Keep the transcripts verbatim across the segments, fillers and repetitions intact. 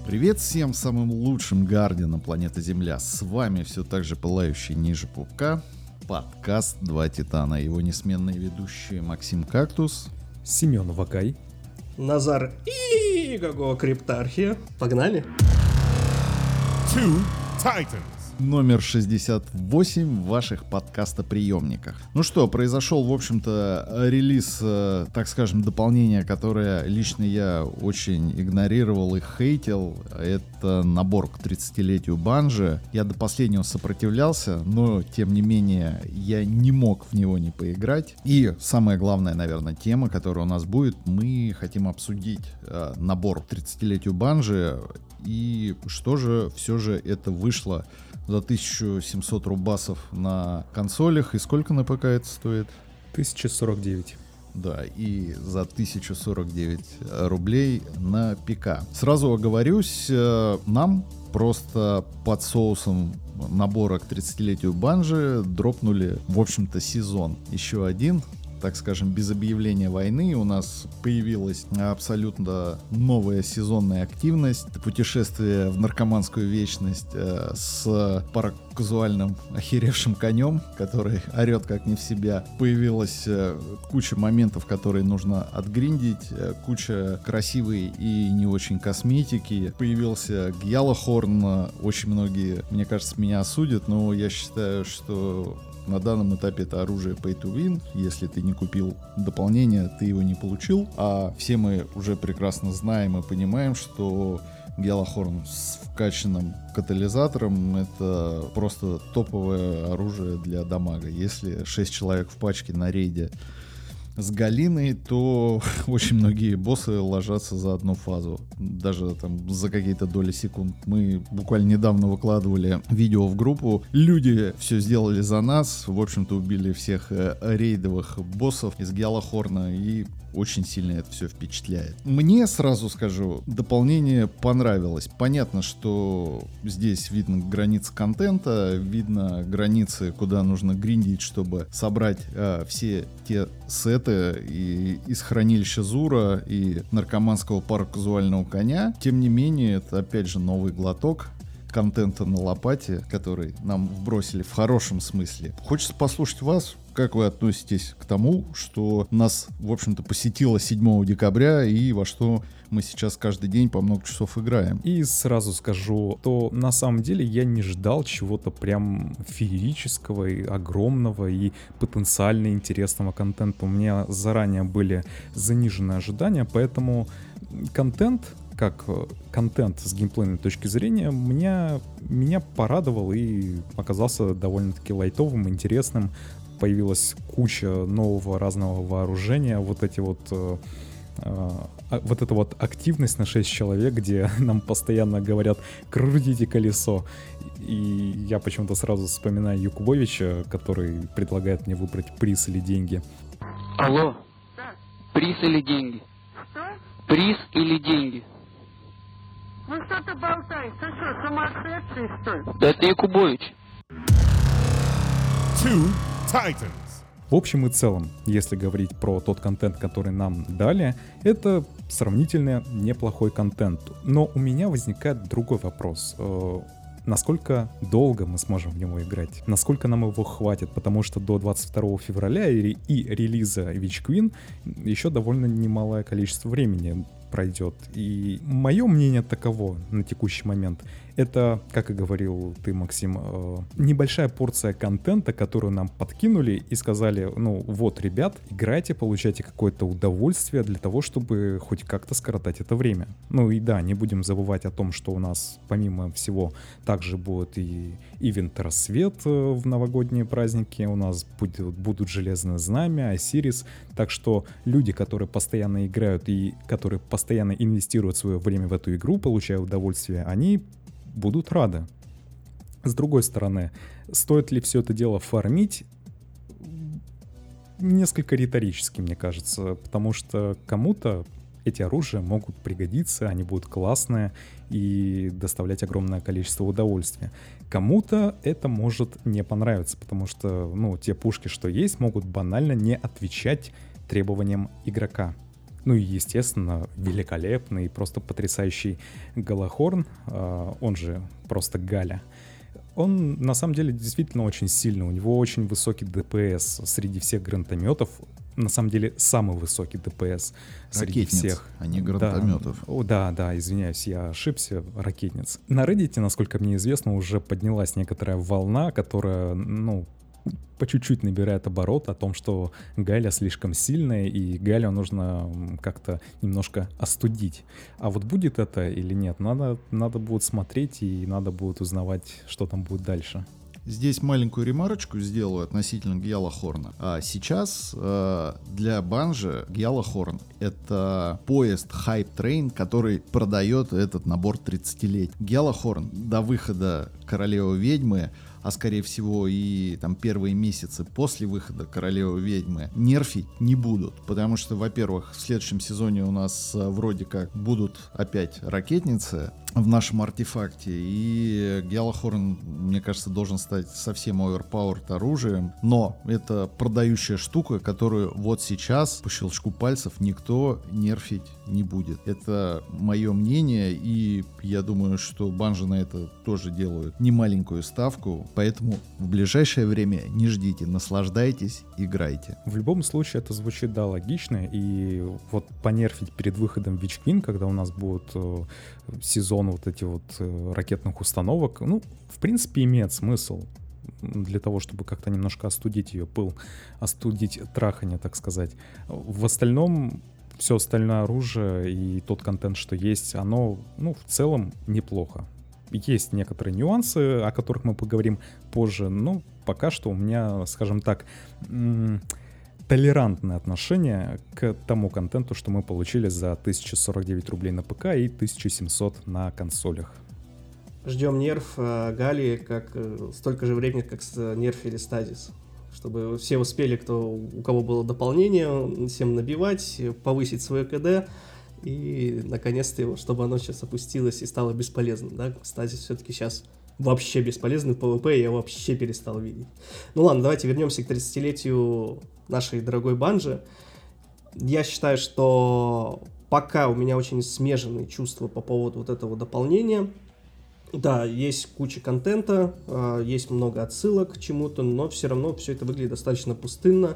Привет всем самым лучшим гардианам планеты Земля. С вами все так же пылающий ниже пупка подкаст «Два Титана». Его несменные ведущие Максим Кактус, Семен Вакай, Назар Игого Криптархия. Погнали! Two Titans. Номер шестьдесят восемь в ваших подкастоприемниках. Ну что, произошел, в общем-то, релиз, э, так скажем, дополнения, которое лично я очень игнорировал и хейтил. Это набор к тридцатилетию Bungie. Я до последнего сопротивлялся, но, тем не менее, я не мог в него не поиграть. И самая главная, наверное, тема, которая у нас будет, мы хотим обсудить э, набор к тридцатилетию Bungie. И что же все же это вышло за тысячу семьсот рубасов на консолях. И сколько на ПК это стоит? тысяча сорок девять. Да, и за тысячу сорок девять рублей на ПК. Сразу оговорюсь, нам просто под соусом набора к тридцатилетию Bungie дропнули, в общем-то, сезон. Еще один. Так скажем, без объявления войны у нас появилась абсолютно новая сезонная активность. Путешествие в наркоманскую вечность э, с параказуальным охеревшим конем, который орет как не в себя. Появилась э, куча моментов, которые нужно отгриндить, э, куча красивой и не очень косметики. Появился Гьялахорн. Очень многие, мне кажется, меня осудят, но я считаю, что на данном этапе это оружие pay to win. Если ты не купил дополнение, ты его не получил. А все мы уже прекрасно знаем и понимаем, что Гьялахорн с вкачанным катализатором — это просто топовое оружие для дамага. Если шесть человек в пачке на рейде с Галиной, то очень многие боссы ложатся за одну фазу, даже там за какие-то доли секунд. Мы буквально недавно выкладывали видео в группу, люди все сделали за нас, в общем-то убили всех рейдовых боссов из Гьялахорна, и очень сильно это все впечатляет. Мне, сразу скажу, дополнение понравилось. Понятно, что здесь видно границы контента, видно границы, куда нужно гриндить, чтобы собрать э, все те сеты и из хранилища Зура и наркоманского параказуального коня. Тем не менее, это опять же новый глоток контента на лопате, который нам вбросили в хорошем смысле. Хочется послушать вас, как вы относитесь к тому, что нас, в общем-то, посетило седьмого декабря и во что мы сейчас каждый день по много часов играем. И сразу скажу, то на самом деле я не ждал чего-то прям феерического и огромного и потенциально интересного контента. У меня заранее были заниженные ожидания, поэтому контент, как контент с геймплейной точки зрения, меня, меня порадовал и оказался довольно-таки лайтовым, интересным. Появилась куча нового разного вооружения, вот эти вот э, э, вот эта вот активность на шесть человек, где нам постоянно говорят «крутите колесо». И я почему-то сразу вспоминаю Якубовича, который предлагает мне выбрать приз или деньги. Алло, приз или деньги? Что? Приз или деньги? Ну что ты болтаешь? Ты что, сумасшедший, что ли? Да это Якубович. Two Titans. В общем и целом, если говорить про тот контент, который нам дали, это сравнительно неплохой контент. Но у меня возникает другой вопрос. Насколько долго мы сможем в него играть? Насколько нам его хватит? Потому что до двадцать второго февраля и, и релиза Witch Queen еще довольно немалое количество времени пройдет. И мое мнение таково на текущий момент. Это, как и говорил ты, Максим, э, небольшая порция контента, которую нам подкинули и сказали, ну вот, ребят, играйте, получайте какое-то удовольствие для того, чтобы хоть как-то скоротать это время. Ну и да, не будем забывать о том, что у нас, помимо всего, также будет и ивент «Рассвет» в новогодние праздники, у нас будет, будут «Железное знамя», «Осирис», так что люди, которые постоянно играют и которые постоянно инвестируют свое время в эту игру, получая удовольствие, они будут рады. С другой стороны, стоит ли все это дело фармить? Несколько риторически, мне кажется, потому что кому-то эти оружия могут пригодиться, они будут классные и доставлять огромное количество удовольствия. Кому-то это может не понравиться, потому что, ну, те пушки, что есть, могут банально не отвечать требованиям игрока. Ну и, естественно, великолепный, просто потрясающий Галахорн, он же просто Галя. Он на самом деле действительно очень сильный, у него очень высокий ДПС среди всех гранатометов. На самом деле самый высокий ДПС среди Ракетниц, всех. а не гранатометов. Да, о, да, да, извиняюсь, я ошибся, ракетниц. На Reddit, насколько мне известно, уже поднялась некоторая волна, которая, ну, по чуть-чуть набирает оборот о том, что Галя слишком сильная, и Галю нужно как-то немножко остудить. А вот будет это или нет, надо, надо будет смотреть, и надо будет узнавать, что там будет дальше. Здесь маленькую ремарочку сделаю относительно Гьялахорна. А сейчас э, для Банжи Гьялахорн — это поезд Hype Train, который продает этот набор тридцатилетий. Гьялахорн до выхода Королевы Ведьмы, а скорее всего и там первые месяцы после выхода Королевы Ведьмы, нерфить не будут. Потому что, во-первых, в следующем сезоне у нас а, вроде как будут опять ракетницы в нашем артефакте, и Гьялахорн, мне кажется, должен стать совсем overpowered оружием. Но это продающая штука, которую вот сейчас по щелчку пальцев никто нерфить не будет. Это мое мнение, и я думаю, что Банжи на это тоже делают немаленькую ставку. Поэтому в ближайшее время не ждите, наслаждайтесь, играйте. В любом случае это звучит, да, логично, и вот понерфить перед выходом Witch Queen, когда у нас будет э, сезон вот этих вот э, ракетных установок, ну, в принципе, имеет смысл для того, чтобы как-то немножко остудить ее пыл, остудить трахание, так сказать. В остальном все остальное оружие и тот контент, что есть, оно, ну, в целом неплохо. Есть некоторые нюансы, о которых мы поговорим позже, но пока что у меня, скажем так, м- толерантное отношение к тому контенту, что мы получили за тысяча сорок девять рублей на ПК и тысяча семьсот на консолях. Ждем нерф э, Гали как э, столько же времени, как с э, нерфили Стазис. Чтобы все успели, кто, у кого было дополнение, всем набивать, повысить свое КД. И, наконец-то, его, чтобы оно сейчас опустилось и стало бесполезным, да, Стазис все-таки сейчас вообще бесполезный в PvP, я его вообще перестал видеть. Ну ладно, давайте вернемся к тридцатилетию нашей дорогой Банжи. Я считаю, что пока у меня очень смеженные чувства по поводу вот этого дополнения. Да, есть куча контента, есть много отсылок к чему-то, но все равно все это выглядит достаточно пустынно.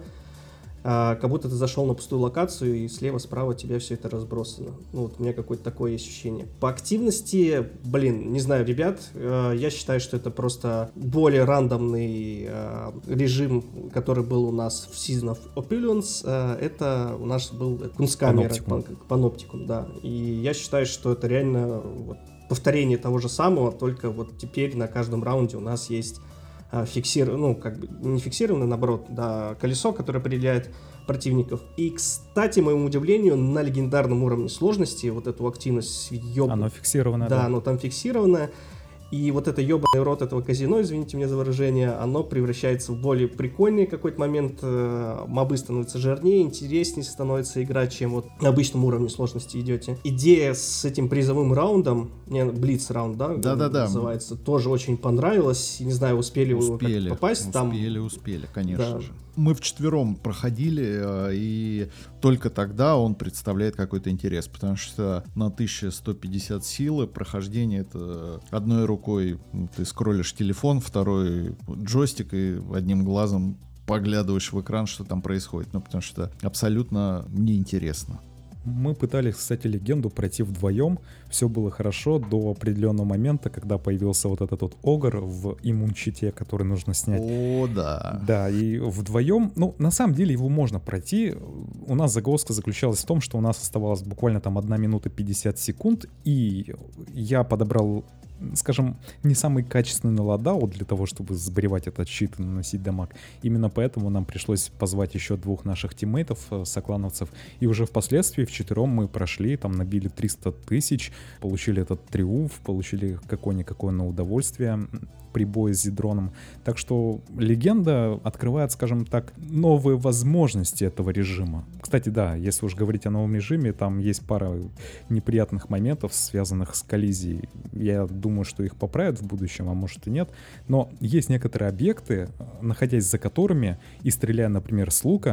А, как будто ты зашел на пустую локацию, и слева-справа у тебя все это разбросано. Ну, вот у меня какое-то такое есть ощущение. По активности, блин, не знаю, ребят, э, я считаю, что это просто более рандомный э, режим, который был у нас в Season of Opulence. Э, это у нас был Кунсткамера, Паноптикум, да. И я считаю, что это реально вот, повторение того же самого, только вот теперь на каждом раунде у нас есть фиксированное, ну, как бы не фиксированное, наоборот, да, колесо, которое определяет противников. И, кстати, моему удивлению, на легендарном уровне сложности вот эту активность ёб... Оно фиксировано, да. Да, да. оно там фиксировано. И вот это ёбаный рот этого казино, извините меня за выражение, оно превращается в более прикольный какой-то момент. Мобы становятся жирнее, интереснее становится играть, чем вот на обычном уровне сложности идете. Идея с этим призовым раундом, не, Блиц раунд, да? Да-да-да. Называется, тоже очень понравилось. Не знаю, успели вы успели, как-то попасть успели, там? Успели, успели, конечно да. же. Мы вчетвером проходили, и только тогда он представляет какой-то интерес, потому что на тысяча сто пятьдесят силы прохождение — это одной рукой ты скроллишь телефон, второй джойстик, и одним глазом поглядываешь в экран, что там происходит, ну потому что абсолютно неинтересно. Мы пытались, кстати, легенду пройти вдвоем. Все было хорошо до определенного момента, когда появился вот этот вот огр в иммунчите, который нужно снять. О, да. Да, и вдвоем, ну, на самом деле его можно пройти. У нас загвоздка заключалась в том, что у нас оставалось буквально там одна минута пятьдесят секунд, и я подобрал, скажем, не самый качественный лодаут для того, чтобы сбривать этот щит и наносить дамаг. Именно поэтому нам пришлось позвать еще двух наших тиммейтов, соклановцев, и уже впоследствии вчетвером мы прошли, там набили триста тысяч, получили этот триумф, получили какое-никакое на удовольствие при бою с Зидроном. Так что легенда открывает, скажем так, новые возможности этого режима. Кстати, да, если уж говорить о новом режиме, там есть пара неприятных моментов, связанных с коллизией. Я думаю, что их поправят в будущем, а может и нет. Но есть некоторые объекты, находясь за которыми и стреляя, например, с лука,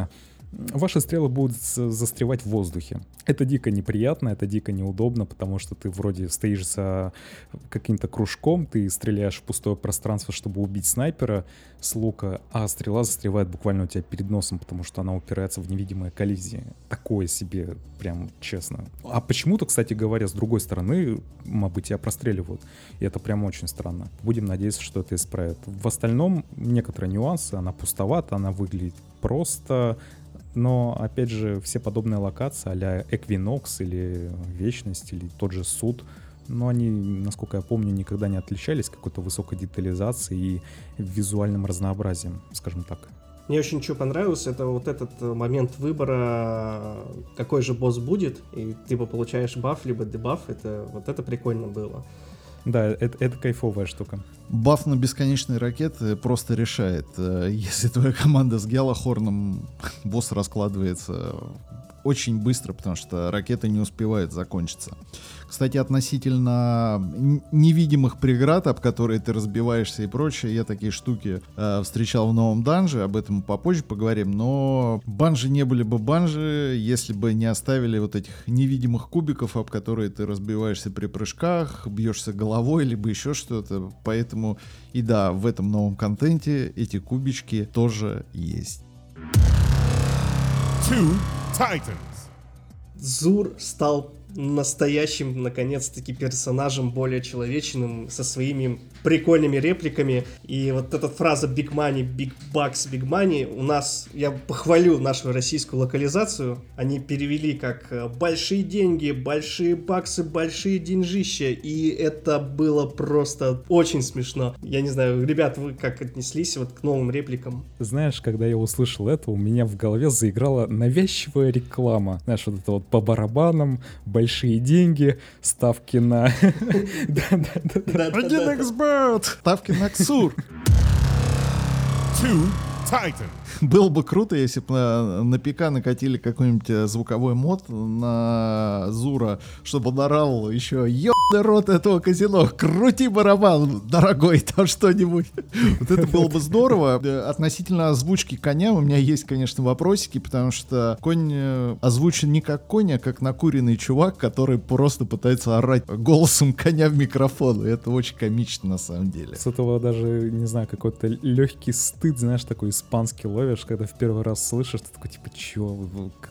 ваши стрелы будут застревать в воздухе. Это дико неприятно, это дико неудобно, потому что ты вроде стоишь за каким-то кружком, ты стреляешь в пустое пространство, чтобы убить снайпера с лука, а стрела застревает буквально у тебя перед носом, потому что она упирается в невидимые коллизии. Такое себе, прям честно. А почему-то, кстати говоря, с другой стороны, мабуть, тебя простреливают. И это прям очень странно. Будем надеяться, что это исправят. В остальном некоторые нюансы, она пустовата, она выглядит просто... Но, опять же, все подобные локации а-ля Эквинокс или Вечность, или тот же Суд, но они, насколько я помню, никогда не отличались какой-то высокой детализацией и визуальным разнообразием, скажем так. Мне очень что понравилось, это вот этот момент выбора, какой же босс будет, и ты либо получаешь баф, либо дебаф, это, вот это прикольно было. Да, это, это кайфовая штука. Баф на бесконечные ракеты просто решает. Если твоя команда с Гелахорном, босс раскладывается очень быстро, потому что ракеты не успевают закончиться. Кстати, относительно невидимых преград, об которые ты разбиваешься и прочее, я такие штуки э, встречал в новом данже, об этом попозже поговорим, но банжи не были бы банжи, если бы не оставили вот этих невидимых кубиков, об которые ты разбиваешься при прыжках, бьешься головой, либо еще что-то, поэтому и да, в этом новом контенте эти кубички тоже есть. Two Titans. Зур стал настоящим, наконец-таки, персонажем, более человечным, со своими прикольными репликами. И вот эта фраза «Big Money, Big Bucks, Big Money» у нас, я похвалю нашу российскую локализацию, они перевели как «большие деньги, большие баксы, большие деньжища», и это было просто очень смешно. Я не знаю, ребят, вы как отнеслись вот к новым репликам? Знаешь, когда я услышал это, у меня в голове заиграла навязчивая реклама. Знаешь, вот это вот по барабанам, большие деньги, ставки на... один икс бет! Ставки на Ксур! Two Titans. Было бы круто, если бы на, на ПК накатили какой-нибудь звуковой мод на Зура, чтобы он орал еще «Ёбаный рот этого казино, крути барабан, дорогой, там что-нибудь». Вот это было бы здорово. Относительно озвучки коня у меня есть, конечно, вопросики, потому что конь озвучен не как конь, а как накуренный чувак, который просто пытается орать голосом коня в микрофон. И это очень комично на самом деле. С этого даже, не знаю, какой-то легкий стыд, знаешь, такой испанский ловишь, когда в первый раз слышишь, ты такой, типа, чё,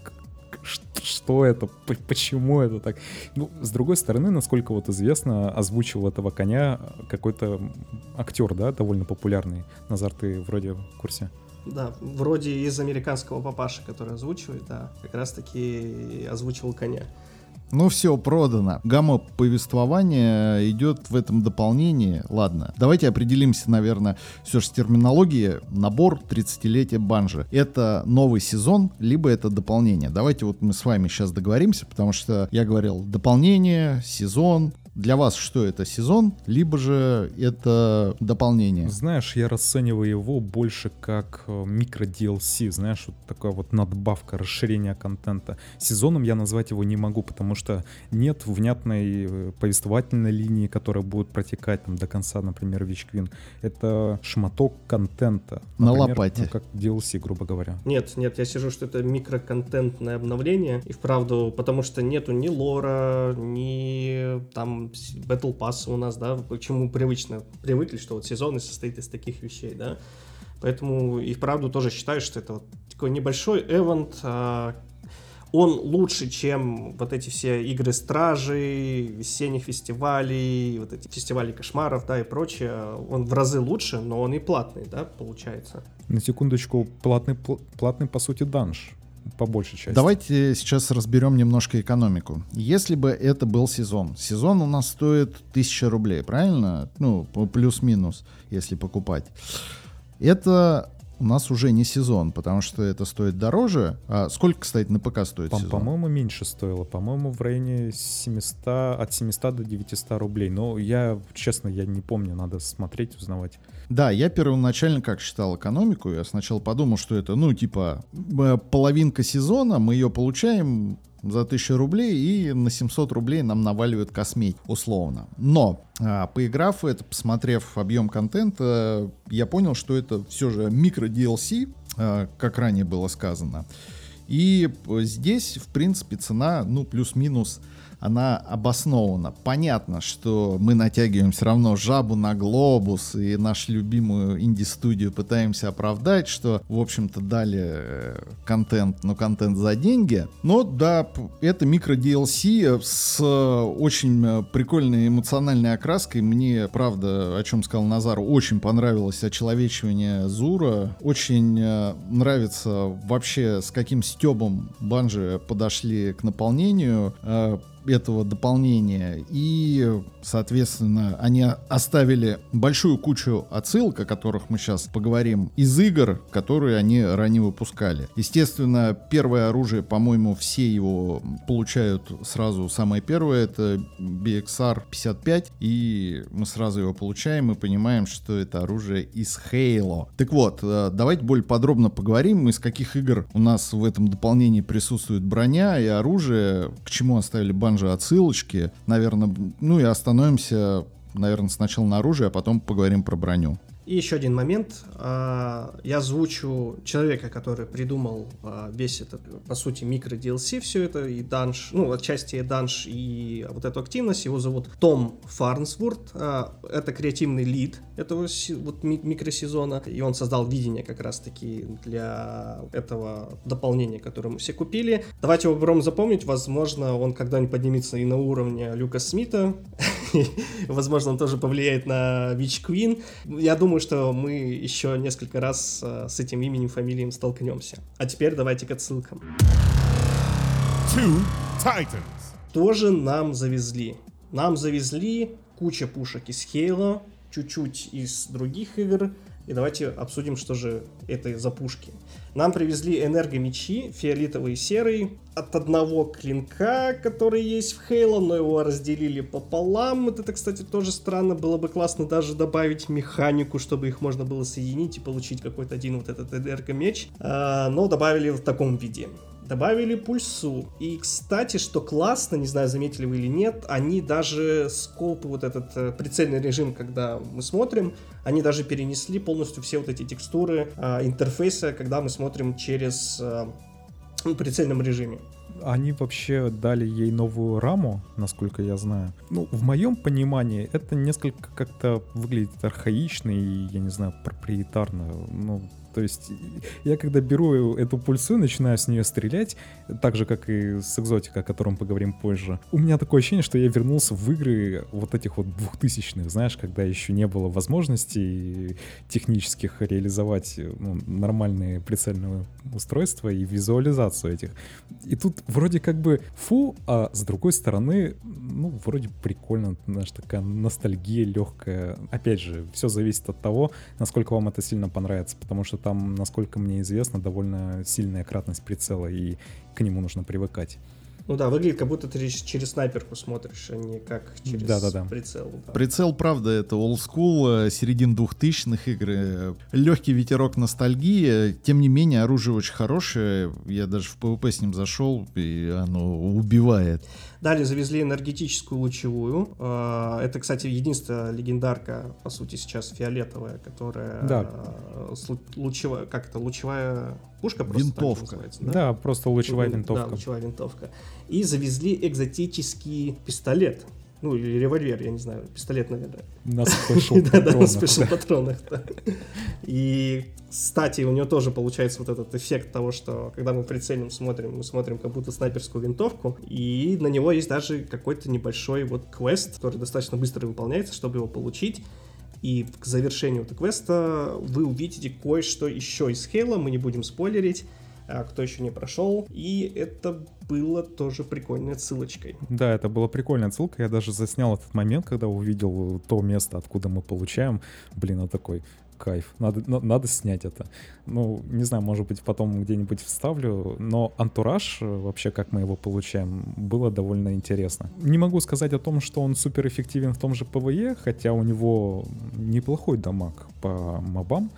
что это, почему это так? Ну, с другой стороны, насколько вот известно, озвучил этого коня какой-то актер, да, довольно популярный. Назар, ты вроде в курсе? Да, вроде из американского папаши, который озвучивает, да, как раз-таки озвучивал коня. Ну все, продано. Гамма повествования идет в этом дополнении. Ладно, давайте определимся, наверное, все же с терминологией. Набор тридцатилетия Банжи. Это новый сезон, либо это дополнение. Давайте вот мы с вами сейчас договоримся, потому что я говорил дополнение, сезон. Для вас что это, сезон, либо же это дополнение? Знаешь, я расцениваю его больше как микро-ди эл си, знаешь, вот такая вот надбавка, расширение контента. Сезоном я назвать его не могу, потому что нет внятной повествовательной линии, которая будет протекать там до конца, например, Witch Queen. Это шматок контента. На например, лопате. Ну, как ди эл си, грубо говоря. Нет, нет, я сижу, что это микроконтентное обновление, и вправду, потому что нету ни лора, ни там Battle Pass у нас, да, почему привычно привыкли, что вот сезон состоит из таких вещей, да, поэтому и вправду тоже считаю, что это вот такой небольшой эвент, а, он лучше, чем вот эти все игры стражей, весенних фестивалей, вот эти фестивали кошмаров, да, и прочее, он в разы лучше, но он и платный, да, получается. На секундочку, платный, пл- платный по сути данж. По большей части. Давайте сейчас разберем немножко экономику. Если бы это был сезон. Сезон у нас стоит тысяча рублей, правильно? Ну, плюс-минус, если покупать. Это у нас уже не сезон, потому что это стоит дороже. А сколько, кстати, на ПК стоит По- сезон? По-моему, меньше стоило. По-моему, в районе семьсот, от семисот до девятисот рублей. Но я, честно, я не помню. Надо смотреть, узнавать. Да, я первоначально как считал экономику, я сначала подумал, что это, ну, типа, половинка сезона, мы ее получаем за тысячу рублей, и на семьсот рублей нам наваливают косметику, условно. Но, а, поиграв в это, посмотрев объем контента, я понял, что это все же микро-ди эл си, а, как ранее было сказано. И здесь, в принципе, цена, ну, плюс-минус, она обоснована. Понятно, что мы натягиваем все равно жабу на глобус и нашу любимую инди-студию пытаемся оправдать, что, в общем-то, дали контент, но контент за деньги. Но да, это микро-ди эл си с очень прикольной эмоциональной окраской. Мне, правда, о чем сказал Назар, очень понравилось очеловечивание Зура. Очень нравится вообще, с каким стёбом Bungie подошли к наполнению этого дополнения, и, соответственно, они оставили большую кучу отсылок, о которых мы сейчас поговорим, из игр, которые они ранее выпускали. Естественно, первое оружие, по-моему, все его получают сразу. Самое первое — это би экс ар пятьдесят пять, и мы сразу его получаем и понимаем, что это оружие из Halo. Так вот, давайте более подробно поговорим, из каких игр у нас в этом дополнении присутствует броня и оружие, к чему оставили Bungie отсылочки, наверное, ну и остановимся, наверное, сначала на оружии, а потом поговорим про броню. И еще один момент. Я озвучу человека, который придумал весь этот, по сути, микро-ди эл си, все это, и данж, ну, отчасти и данж, и вот эту активность. Его зовут Том Фарнсворт. Это креативный лид этого вот микросезона, и он создал видение как раз-таки для этого дополнения, которое мы все купили. Давайте его попробуем запомнить. Возможно, он когда-нибудь поднимется и на уровне Люка Смита. Возможно, он тоже повлияет на Witch Queen. Я думаю, что мы еще несколько раз с этим именем, фамилией столкнемся. А теперь давайте к отсылкам. Two Titans. Тоже нам завезли. Нам завезли куча пушек из Halo, чуть-чуть из других игр. И давайте обсудим, что же это за пушки. Нам привезли энергомечи, фиолетовый и серый, от одного клинка, который есть в Halo, но его разделили пополам. Вот это, кстати, тоже странно. Было бы классно даже добавить механику, чтобы их можно было соединить и получить какой-то один вот этот энергомеч. А, но добавили в таком виде. Добавили пульсу. И, кстати, что классно, не знаю, заметили вы или нет, они даже скоп, вот этот э, прицельный режим, когда мы смотрим, они даже перенесли полностью все вот эти текстуры э, интерфейса, когда мы смотрим через э, в прицельном режиме. Они вообще дали ей новую раму, насколько я знаю. Ну, в моем понимании, это несколько как-то выглядит архаично и, я не знаю, проприетарно. Ну, то есть я когда беру эту пульсу, начинаю с нее стрелять, так же, как и с экзотика, о котором поговорим позже, у меня такое ощущение, что я вернулся в игры вот этих вот двухтысячных, знаешь, когда еще не было возможностей технических реализовать, ну, нормальные прицельные устройства и визуализацию этих. И тут вроде как бы фу, а с другой стороны, ну, вроде прикольно, знаешь, такая ностальгия легкая. Опять же, все зависит от того, насколько вам это сильно понравится, потому что там, насколько мне известно, довольно сильная кратность прицела, и к нему нужно привыкать. Ну да, выглядит, как будто ты через снайперку смотришь, а не как через Да-да-да. прицел. Да. Прицел, правда, это олдскул, середин двухтысячных игры, легкий ветерок ностальгии, тем не менее оружие очень хорошее, я даже в пэ вэ пэ с ним зашел, и оно убивает. Далее завезли энергетическую лучевую. Это, кстати, единственная легендарка, по сути, сейчас фиолетовая, которая Да. лучевая, как это, лучевая пушка просто Винтовка. так называется, Да, да? просто лучевая винтовка. Да, лучевая винтовка. И завезли экзотический пистолет. Ну, или револьвер, я не знаю, пистолет, наверное. На спешл Да, да, на патронах. спешл патронах, да. И, кстати, у него тоже получается вот этот эффект того, что когда мы прицельным смотрим, мы смотрим как будто снайперскую винтовку, и на него есть даже какой-то небольшой вот квест, который достаточно быстро выполняется, чтобы его получить. И к завершению этого квеста вы увидите кое-что еще из Halo, мы не будем спойлерить, кто еще не прошел, и это было тоже прикольной отсылочкой. Да, это была прикольная отсылка, я даже заснял этот момент, когда увидел то место, откуда мы получаем. Блин, а такой кайф, надо, на- надо снять это. Ну, не знаю, может быть, потом где-нибудь вставлю, но антураж, вообще, как мы его получаем, было довольно интересно. Не могу сказать о том, что он супер эффективен в том же пэ вэ е, хотя у него неплохой дамаг по мобам,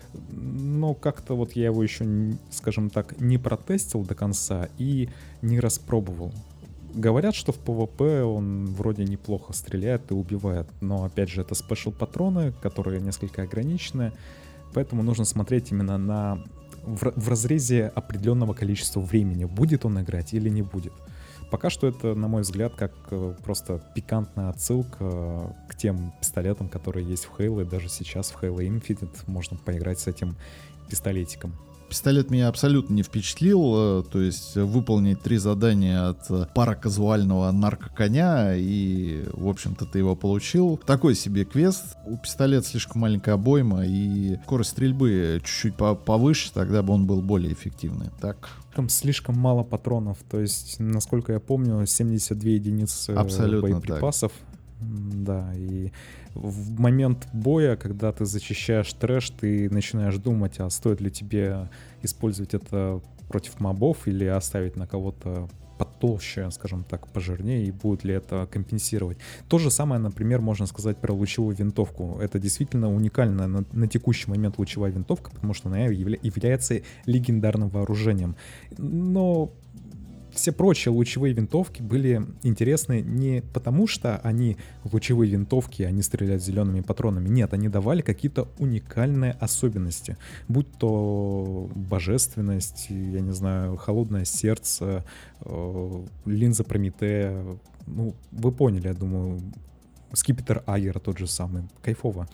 но как-то вот я его еще, скажем так, не протестил до конца и не распробовал. Говорят, что в пэ вэ пэ он вроде неплохо стреляет и убивает, но опять же это спешл патроны, которые несколько ограничены, поэтому нужно смотреть именно на в, в разрезе определенного количества времени, будет он играть или не будет. Пока что это, на мой взгляд, как просто пикантная отсылка к тем пистолетам, которые есть в Halo, и даже сейчас в Halo Infinite можно поиграть с этим пистолетиком. Пистолет меня абсолютно не впечатлил, то есть выполнить три задания от параказуального наркоконя, и, в общем-то, ты его получил. Такой себе квест. У пистолета слишком маленькая обойма, и скорость стрельбы чуть-чуть повыше, тогда бы он был более эффективный. Так... Там слишком мало патронов, то есть, насколько я помню, семьдесят две единицы абсолютно боеприпасов. Так. Да, и в момент боя, когда ты зачищаешь трэш, ты начинаешь думать, а стоит ли тебе использовать это против мобов или оставить на кого-то потолще, скажем так, пожирнее, и будет ли это компенсировать. То же самое, например, можно сказать про лучевую винтовку. Это действительно уникальная на, на текущий момент лучевая винтовка, потому что она явля- является легендарным вооружением. Но все прочие лучевые винтовки были интересны не потому, что они лучевые винтовки, они стреляют зелеными патронами. Нет, они давали какие-то уникальные особенности. Будь то божественность, я не знаю, холодное сердце, э, линза Прометея. Ну, вы поняли, я думаю. Скипетр Агера тот же самый. Кайфово.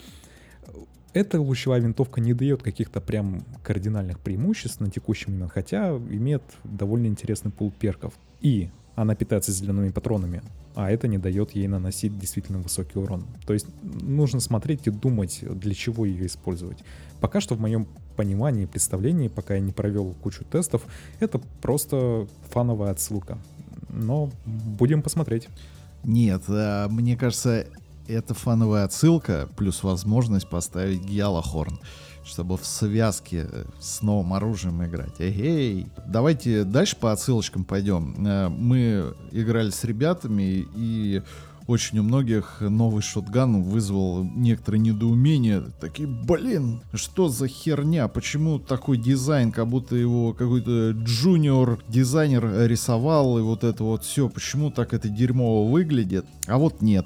Эта лучевая винтовка не дает каких-то прям кардинальных преимуществ на текущий момент, хотя имеет довольно интересный пул перков. И она питается зелеными патронами, а это не дает ей наносить действительно высокий урон. То есть нужно смотреть и думать, для чего ее использовать. Пока что в моем понимании и представлении, пока я не провел кучу тестов, это просто фановая отсылка. Но будем посмотреть. Нет, мне кажется... Это фановая отсылка, плюс возможность поставить Гьялахорн, чтобы в связке с новым оружием играть. Эй, давайте дальше по отсылочкам пойдем. Мы играли с ребятами, и очень у многих новый шотган вызвал некоторое недоумение. Такие, блин, что за херня? Почему такой дизайн, как будто его какой-то джуниор дизайнер рисовал, и вот это вот все, почему так это дерьмово выглядит? А вот нет.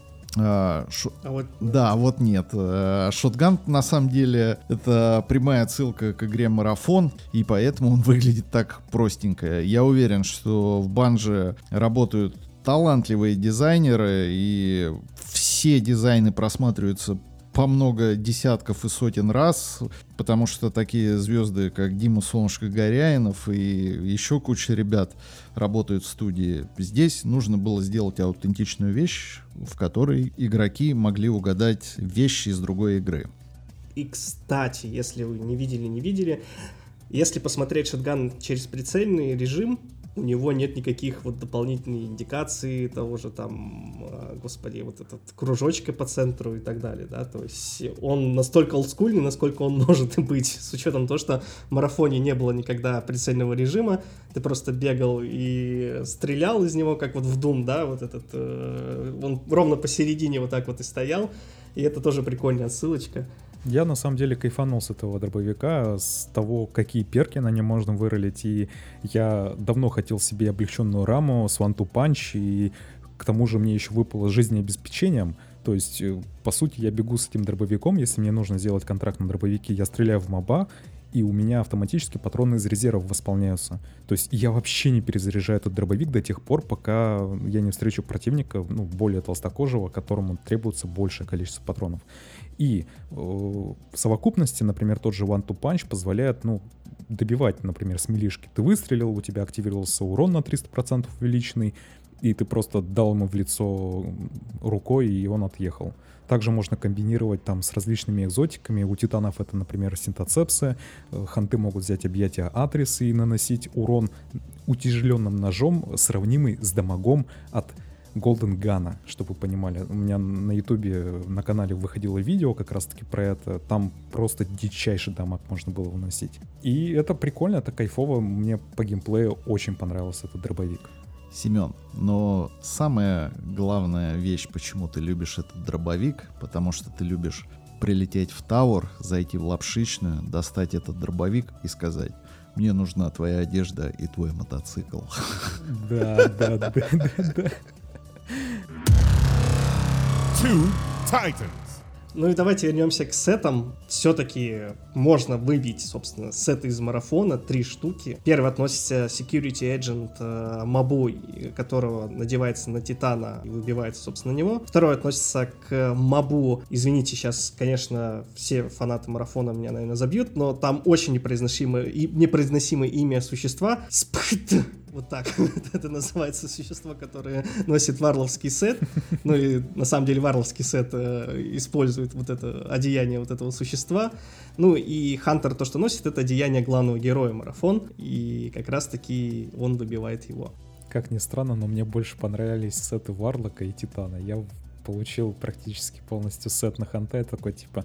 А, шо... а вот... Да, вот нет. Шотган, на самом деле, это прямая отсылка к игре Марафон, и поэтому он выглядит так простенько. Я уверен, что в Банже работают талантливые дизайнеры, и все дизайны просматриваются по много десятков и сотен раз, потому что такие звезды, как Дима Солнышко Горяинов и еще куча ребят работают в студии. Здесь нужно было сделать аутентичную вещь, в которой игроки могли угадать вещи из другой игры. И, кстати, если вы не видели, не видели, если посмотреть шотган через прицельный режим, у него нет никаких вот дополнительных индикаций того же там, господи, вот этот кружочка по центру и так далее, да, то есть он настолько олдскульный, насколько он может быть, с учетом того, что в Марафоне не было никогда прицельного режима, ты просто бегал и стрелял из него, как вот в Doom, да, вот этот, он ровно посередине вот так вот и стоял, и это тоже прикольная отсылочка. Я на самом деле кайфанул с этого дробовика, с того, какие перки на нем можно выролить, и я давно хотел себе облегченную раму с One Two Punch, и к тому же мне еще выпало жизнеобеспечением, то есть, по сути, я бегу с этим дробовиком, если мне нужно сделать контракт на дробовике, я стреляю в моба, и у меня автоматически патроны из резервов восполняются. То есть я вообще не перезаряжаю этот дробовик до тех пор, пока я не встречу противника, ну, более толстокожего, которому требуется большее количество патронов. И э, в совокупности, например, тот же One Two Punch позволяет, ну, добивать, например, с милишки. Ты выстрелил, у тебя активировался урон на триста процентов увеличенный, и ты просто дал ему в лицо рукой, и он отъехал. Также можно комбинировать там с различными экзотиками. У титанов это, например, синтоцепсы. Ханты могут взять объятия Атрис и наносить урон утяжеленным ножом, сравнимый с дамагом от Golden Gun, чтобы вы понимали. У меня на ютубе, на канале выходило видео как раз-таки про это. Там просто дичайший дамаг можно было выносить. И это прикольно, это кайфово. Мне по геймплею очень понравился этот дробовик. Семен, но самая главная вещь, почему ты любишь этот дробовик, потому что ты любишь прилететь в Тауэр, зайти в лапшичную, достать этот дробовик и сказать: мне нужна твоя одежда и твой мотоцикл. Да, да, да, да, да. Two Titans. Ну и давайте вернемся к сетам. Все-таки можно выбить, собственно, сеты из марафона, три штуки. Первый относится Security Agent э, Мабу, которого надевается на Титана и выбивается, собственно, на него. Второй относится к Мабу. Извините, сейчас, конечно, все фанаты марафона меня, наверное, забьют, но там очень непроизносимое, и, непроизносимое имя существа. Спхт. Вот так. Это называется существо, которое носит варловский сет. Ну и на самом деле варловский сет э, использует вот это одеяние вот этого существа. Ну и Хантер то, что носит, это одеяние главного героя марафон. И как раз таки он выбивает его. Как ни странно, но мне больше понравились сеты Варлока и Титана. Я получил практически полностью сет на Ханта. Такой типа,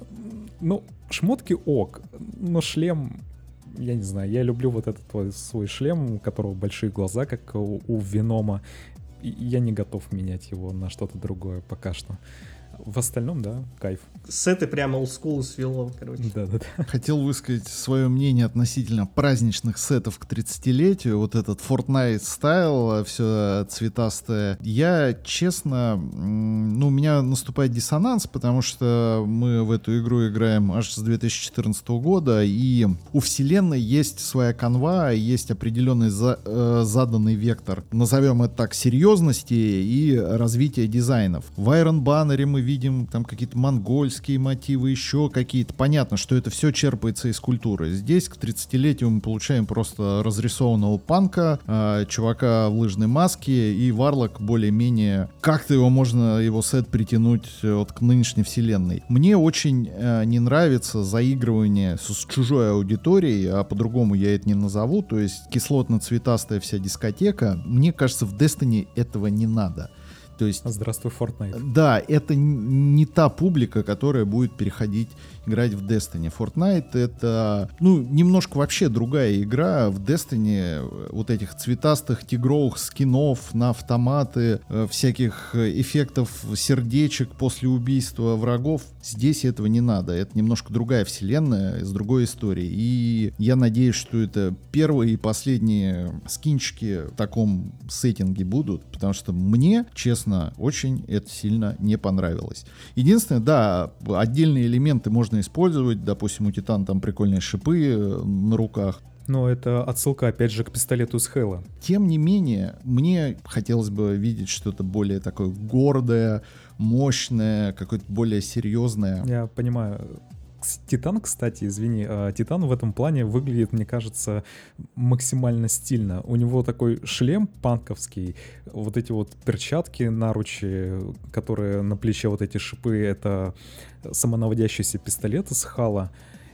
ну, шмотки ок, но шлем... Я не знаю, я люблю вот этот твой, свой шлем, у которого большие глаза, как у, у Венома. И я не готов менять его на что-то другое пока что. В остальном, да, кайф. Сеты прямо олдскул свело, короче. Да-да-да. Хотел высказать свое мнение относительно праздничных сетов к тридцатилетию. Вот этот Fortnite стайл, все цветастое. Я, честно, ну, у меня наступает диссонанс, потому что мы в эту игру играем аж с две тысячи четырнадцатого года, и у вселенной есть своя канва, есть определенный за, э, заданный вектор, назовем это так, серьезности и развития дизайнов. В Iron Banner мы видим там какие-то монгольские мотивы, еще какие-то. Понятно, что это все черпается из культуры. Здесь к тридцатилетию мы получаем просто разрисованного панка, э, чувака в лыжной маске, и Варлок более-менее... Как-то его можно, его сет притянуть вот к нынешней вселенной. Мне очень э, не нравится заигрывание с, с чужой аудиторией, а по-другому я это не назову, то есть кислотно-цветастая вся дискотека. Мне кажется, в Destiny этого не надо. То есть, здравствуй, Fortnite. Да, это не та публика, которая будет переходить играть в Destiny. Fortnite — это, ну, немножко вообще другая игра. В Destiny вот этих цветастых тигровых скинов на автоматы, всяких эффектов сердечек после убийства врагов, здесь этого не надо. Это немножко другая вселенная с другой историей. И я надеюсь, что это первые и последние скинчики в таком сеттинге будут, потому что мне, честно, очень это сильно не понравилось. Единственное, да, отдельные элементы можно использовать. Допустим, у Титана там прикольные шипы на руках. Но это отсылка, опять же, к пистолету из Хэлла. Тем не менее, мне хотелось бы видеть что-то более такое гордое, мощное, какое-то более серьезное. Я понимаю. Титан, кстати, извини, Титан в этом плане выглядит, мне кажется, максимально стильно. У него такой шлем панковский, вот эти вот перчатки, наручи, которые на плече, вот эти шипы, это самонаводящийся пистолет из Хала,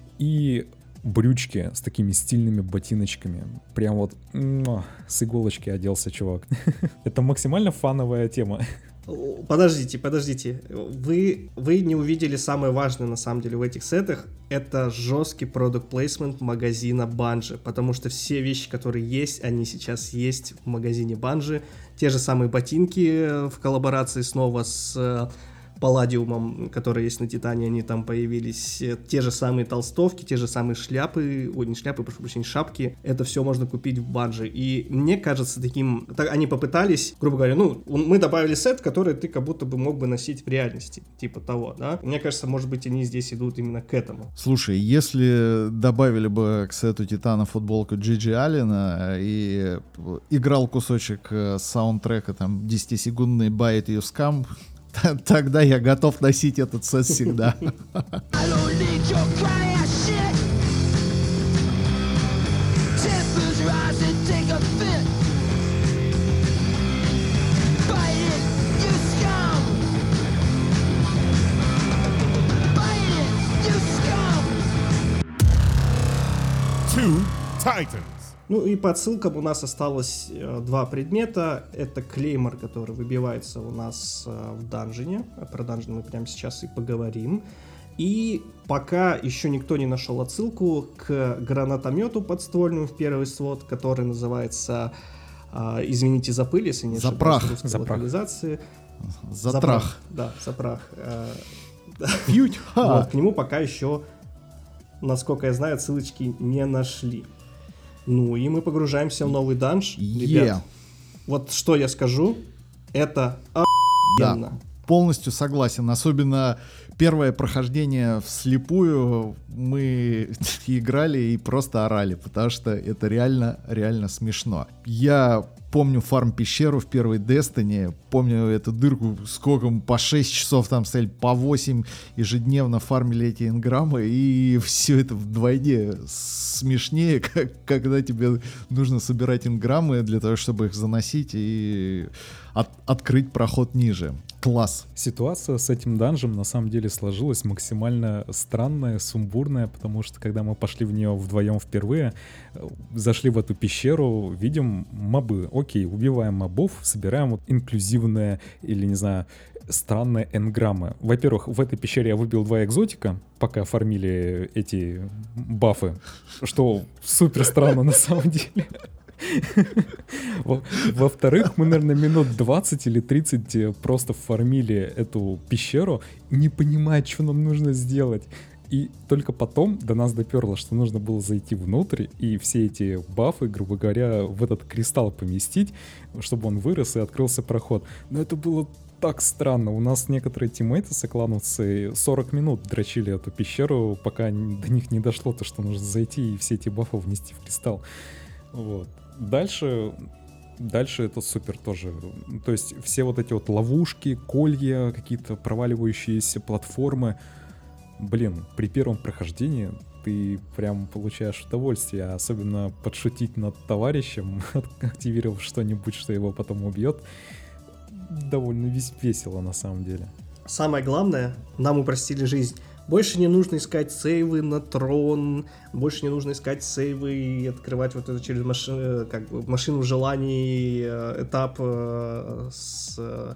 и брючки с такими стильными ботиночками. Прям вот м-м, с иголочки оделся чувак. Это максимально фановая тема. Подождите, подождите. Вы, вы не увидели самое важное на самом деле в этих сетах. Это жесткий продукт плейсмент магазина Bungie. Потому что все вещи, которые есть, они сейчас есть в магазине Bungie. Те же самые ботинки в коллаборации снова с Палладиумом, которые есть на Титане, они там появились. Те же самые толстовки, те же самые шляпы, ой, не шляпы, прошу прощения, шапки. Это все можно купить в Bungie. И мне кажется, таким... Так, они попытались, грубо говоря, ну, мы добавили сет, который ты как будто бы мог бы носить в реальности. Типа того, да? Мне кажется, может быть, они здесь идут именно к этому. Слушай, если добавили бы к сету Титана футболку Джи Джи Аллена и играл кусочек саундтрека, там, десятисекундный Buy It You Scum, тогда я готов носить этот сет всегда. Two Titans. Ну и по ссылкам у нас осталось э, два предмета. Это клеймор, который выбивается у нас э, в данжине. Про данжин мы прямо сейчас и поговорим. И пока еще никто не нашел отсылку к гранатомету подствольному в первый свод, который называется, э, извините за пыль, если не за ошибаюсь, прах. русской За локализации. За, за трах. прах. Да, за прах. Э, Фьють, ха. вот, к нему пока еще, насколько я знаю, ссылочки не нашли. Ну и мы погружаемся в новый данж. Yeah. Ребят, вот что я скажу, это охуенно. Да, полностью согласен. Особенно Первое прохождение вслепую мы играли и просто орали, потому что это реально, реально смешно. Я помню фарм-пещеру в первой Destiny, помню эту дырку, сколько мы по шесть часов там стояли, по восемь ежедневно фармили эти инграммы, и все это вдвойне смешнее, как, когда тебе нужно собирать инграммы для того, чтобы их заносить и от, открыть проход ниже. Класс. Ситуация с этим данжем на самом деле сложилась максимально странная, сумбурная, потому что когда мы пошли в нее вдвоем впервые, зашли в эту пещеру, видим мобы. Окей, убиваем мобов, собираем вот инклюзивные или, не знаю, странные энграммы. Во-первых, в этой пещере я выбил два экзотика, пока фармили эти бафы, что супер странно на самом деле. Во-вторых, мы, наверное, минут двадцать или тридцать просто фармили эту пещеру, не понимая, что нам нужно сделать. И только потом до нас доперло, что нужно было зайти внутрь и все эти бафы, грубо говоря, в этот кристалл поместить, чтобы он вырос и открылся проход. Но это было так странно. У нас некоторые тиммейты, соклановцы, сорок минут дрочили эту пещеру, пока до них не дошло то, что нужно зайти и все эти бафы внести в кристалл. Вот. Дальше, дальше это супер тоже. То есть все вот эти вот ловушки, колья, какие-то проваливающиеся платформы. Блин, при первом прохождении ты прям получаешь удовольствие, особенно подшутить над товарищем, активировав что-нибудь, что его потом убьет. Довольно весело на самом деле. Самое главное, нам упростили жизнь. Больше не нужно искать сейвы на трон, больше не нужно искать сейвы и открывать вот это через машину, как бы машину желаний, этап с,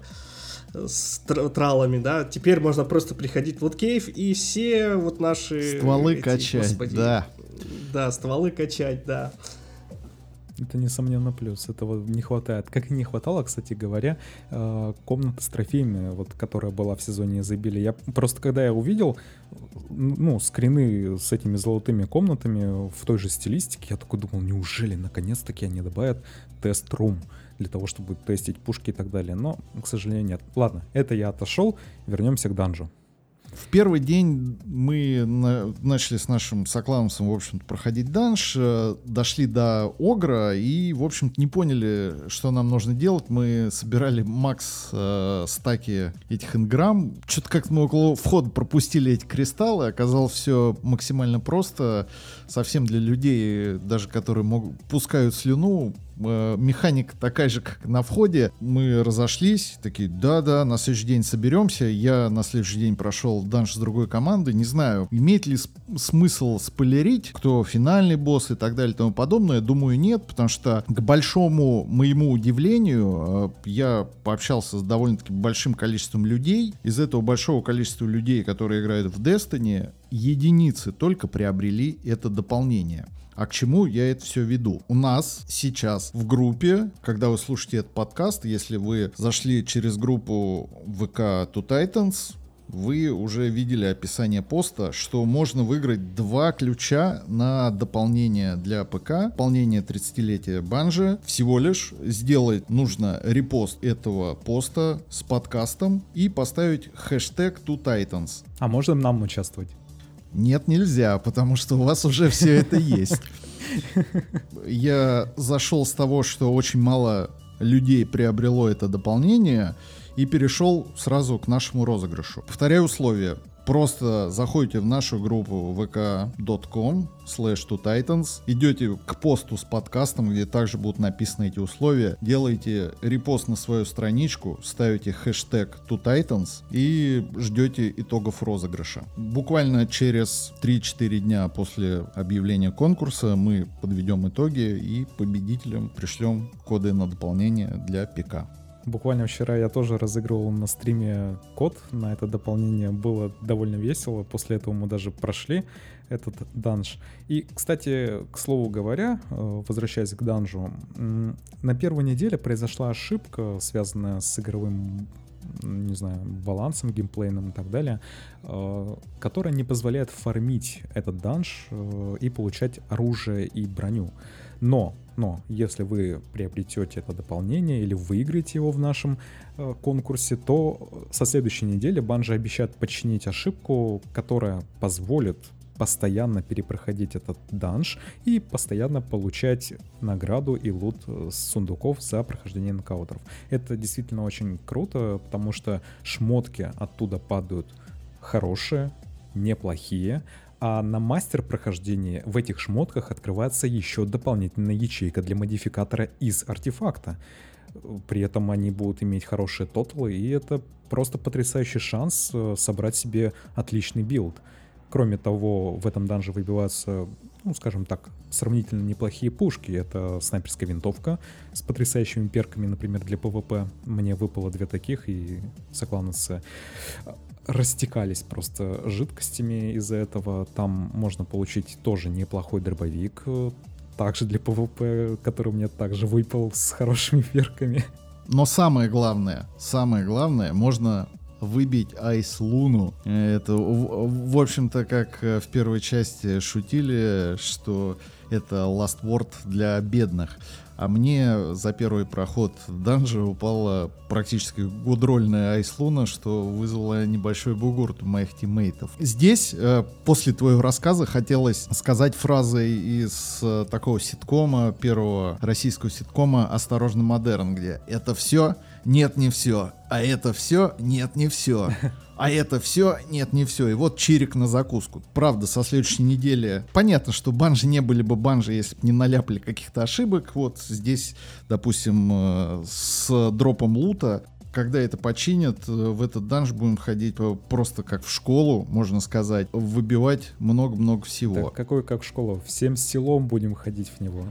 с тралами, да. Теперь можно просто приходить в вот кейв и все вот наши... Стволы эти, качать, господи, да. Да, стволы качать, да. Это, несомненно, плюс. Этого не хватает. Как и не хватало, кстати говоря, комнаты с трофеями, вот, которая была в сезоне изобилия. Я просто, когда я увидел, ну, скрины с этими золотыми комнатами в той же стилистике, я такой думал, неужели наконец-таки они добавят тест-рум для того, чтобы тестить пушки и так далее. Но, к сожалению, нет. Ладно, это я отошел. Вернемся к данжу. В первый день мы на, начали с нашим соклановцем, в общем-то, проходить данж, э, дошли до Огра и, в общем-то, не поняли, что нам нужно делать. Мы собирали макс э, стаки этих инграмм. Что-то как-то мы около входа пропустили эти кристаллы. Оказалось все максимально просто. Совсем для людей, даже которые могут, пускают слюну. Механика такая же, как на входе. Мы разошлись, такие, да-да, на следующий день соберемся. Я на следующий день прошел данж с другой командой. Не знаю, имеет ли смысл спойлерить, кто финальный босс и так далее и тому подобное. Думаю, нет, потому что, к большому моему удивлению, я пообщался с довольно-таки большим количеством людей. Из этого большого количества людей, которые играют в Destiny, единицы только приобрели это дополнение. А к чему я это все веду? У нас сейчас в группе, когда вы слушаете этот подкаст, если вы зашли через группу ви кей Two Titans, вы уже видели описание поста, что можно выиграть два ключа на дополнение для ПК, дополнение тридцатилетия Bungie. Всего лишь сделать нужно репост этого поста с подкастом и поставить хэштег Two Titans. А можно нам участвовать? Нет, нельзя, потому что у вас уже все это есть. Я зашел с того, что очень мало людей приобрело это дополнение, и перешел сразу к нашему розыгрышу. Повторяю условия. Просто заходите в нашу группу ви кей точка ком слэш two titans, идете к посту с подкастом, где также будут написаны эти условия, делаете репост на свою страничку, ставите хэштег two titans и ждете итогов розыгрыша. Буквально через три-четыре дня после объявления конкурса мы подведем итоги и победителям пришлем коды на дополнение для ПК. Буквально вчера я тоже разыгрывал на стриме код на это дополнение. Было довольно весело. После этого мы даже прошли этот данж. И, кстати, к слову говоря, возвращаясь к данжу, на первой неделе произошла ошибка, связанная с игровым не знаю, балансом геймплейным и так далее, которая не позволяет фармить этот данж и получать оружие и броню. Но, но, если вы приобретете это дополнение или выиграете его в нашем э, конкурсе, то со следующей недели Bungie обещает починить ошибку, которая позволит постоянно перепроходить этот данж и постоянно получать награду и лут с сундуков за прохождение нокаутеров. Это действительно очень круто, потому что шмотки оттуда падают хорошие, неплохие, а на мастер прохождении в этих шмотках открывается еще дополнительная ячейка для модификатора из артефакта. При этом они будут иметь хорошие тоталы, и это просто потрясающий шанс собрать себе отличный билд. Кроме того, в этом данже выбиваются, ну, скажем так, сравнительно неплохие пушки. Это снайперская винтовка с потрясающими перками, например, для пэ вэ пэ. Мне выпало две таких, и соклановцы растекались просто жидкостями из-за этого. Там можно получить тоже неплохой дробовик, также для пэ вэ пэ, который мне также выпал с хорошими перками. Но самое главное, самое главное, можно выбить Айс-Луну. Это, в, в общем-то, как в первой части шутили, что это Last Word для бедных. А мне за первый проход данжа упала практически гудрольная Айс-Луна, что вызвало небольшой бугурт у моих тиммейтов. Здесь, после твоего рассказа, хотелось сказать фразой из такого ситкома, первого российского ситкома «Осторожно, модерн», где «это все? Нет, не все. А это все? Нет, не все. А это все? Нет, не все». И вот чирик на закуску. Правда, со следующей недели понятно, что банжи не были бы банжи, если бы не наляпали каких-то ошибок. Вот здесь, допустим, с дропом лута, когда это починят, в этот данж будем ходить просто как в школу, можно сказать, выбивать много-много всего. Так, какой как в школу? Всем силом будем ходить в него.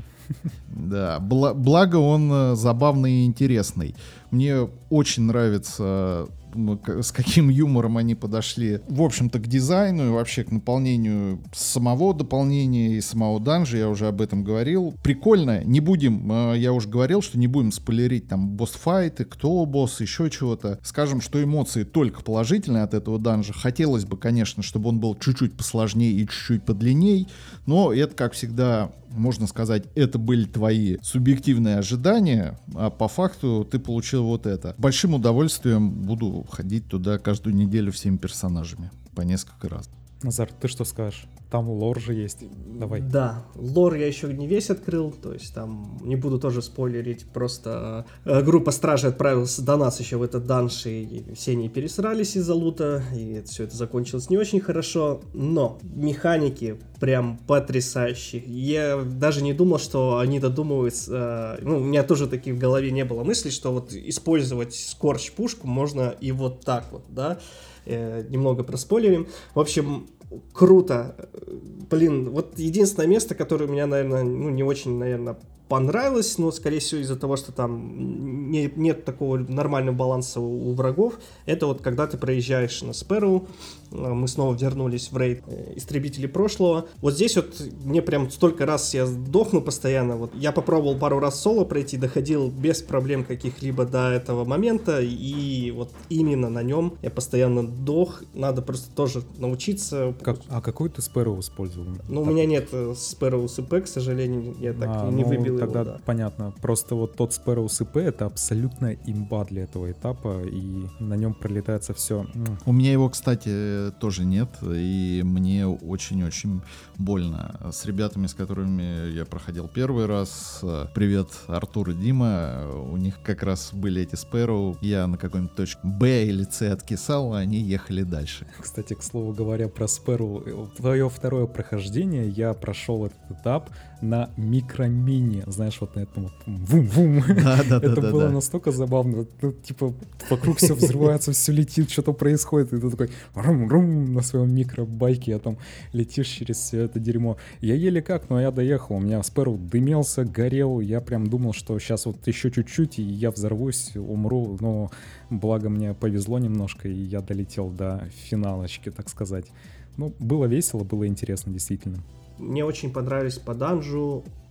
Да, бла- благо он забавный и интересный. Мне очень нравится, с каким юмором они подошли, в общем-то, к дизайну и вообще к наполнению самого дополнения и самого данжа. Я уже об этом говорил. Прикольно. Не будем, я уже говорил, что не будем спойлерить там босс-файты, кто босс, еще чего-то. Скажем, что эмоции только положительные от этого данжа. Хотелось бы, конечно, чтобы он был чуть-чуть посложнее и чуть-чуть подлинней, но это, как всегда, можно сказать, это были твои субъективные ожидания, а по факту ты получил вот это. Большим удовольствием буду ходить туда каждую неделю всеми персонажами по несколько раз. Назар, ты что скажешь? Там лор же есть. Давай. Да, лор я еще не весь открыл, то есть там не буду тоже спойлерить, просто э, группа стражей отправилась до нас еще в этот данж, и все они пересрались из-за лута, и все это закончилось не очень хорошо, но механики прям потрясающие. Я даже не думал, что они додумываются, э, ну, у меня тоже таких в голове не было мыслей, что вот использовать скорч-пушку можно и вот так вот, да, э, немного проспойлерим. В общем, круто. Блин, вот единственное место, которое у меня, наверное, ну, не очень, наверное, понравилось, но, скорее всего, из-за того, что там не, нет такого нормального баланса у, у врагов, это вот когда ты проезжаешь на Спэрроу, мы снова вернулись в рейд истребителей прошлого. Вот здесь вот мне прям столько раз я сдохну постоянно. Вот я попробовал пару раз соло пройти, доходил без проблем каких-либо до этого момента, и вот именно на нем я постоянно дох. Надо просто тоже научиться. Как, а какой ты Спэрроу использовал? Ну, у меня нет Спэрроу эс пэ, к сожалению, я так а, не ну, выбил тогда его. Да. Понятно. Просто вот тот Спэрроу эс пэ — это абсолютно имба для этого этапа, и на нем пролетается все. У меня его, кстати, тоже нет, и мне очень-очень больно. С ребятами, с которыми я проходил первый раз, привет, Артур и Дима, у них как раз были эти Спэрроу, я на какой-нибудь точке Б или С откисал, а они ехали дальше. Кстати, к слову говоря про Спэрроу, твое второе прохождение я прошел этот этап на микромини, знаешь, вот на этом вот вум-вум. Да, да, да, это да, было да. настолько забавно. Ну, типа, вокруг все взрывается, все летит, что-то происходит, и ты такой рум-рум на своем микробайке, а там летишь через все это дерьмо. Я еле как, но я доехал. У меня Спэрроу дымелся, горел. Я прям думал, что сейчас вот еще чуть-чуть, и я взорвусь, умру. Но благо мне повезло немножко, и я долетел до финалочки, так сказать. Ну, было весело, было интересно, действительно. Мне очень понравились по данжу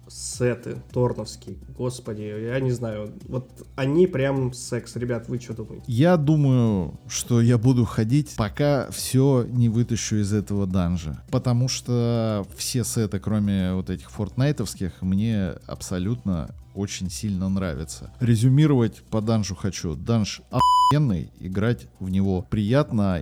сеты торновские, господи, я не знаю, вот они прям секс. Ребят, вы что думаете? Я думаю, что я буду ходить, пока все не вытащу из этого данжа, потому что все сеты, кроме вот этих фортнайтовских, мне абсолютно очень сильно нравятся. Резюмировать по данжу хочу. Данж охуенный, играть в него приятно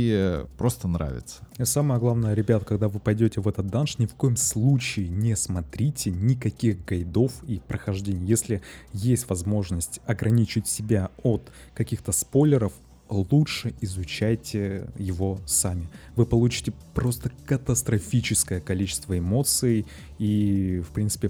и просто нравится. И самое главное, ребят, когда вы пойдете в этот данж, ни в коем случае не смотрите никаких гайдов и прохождений. Если есть возможность ограничить себя от каких-то спойлеров, лучше изучайте его сами. Вы получите просто катастрофическое количество эмоций и, в принципе,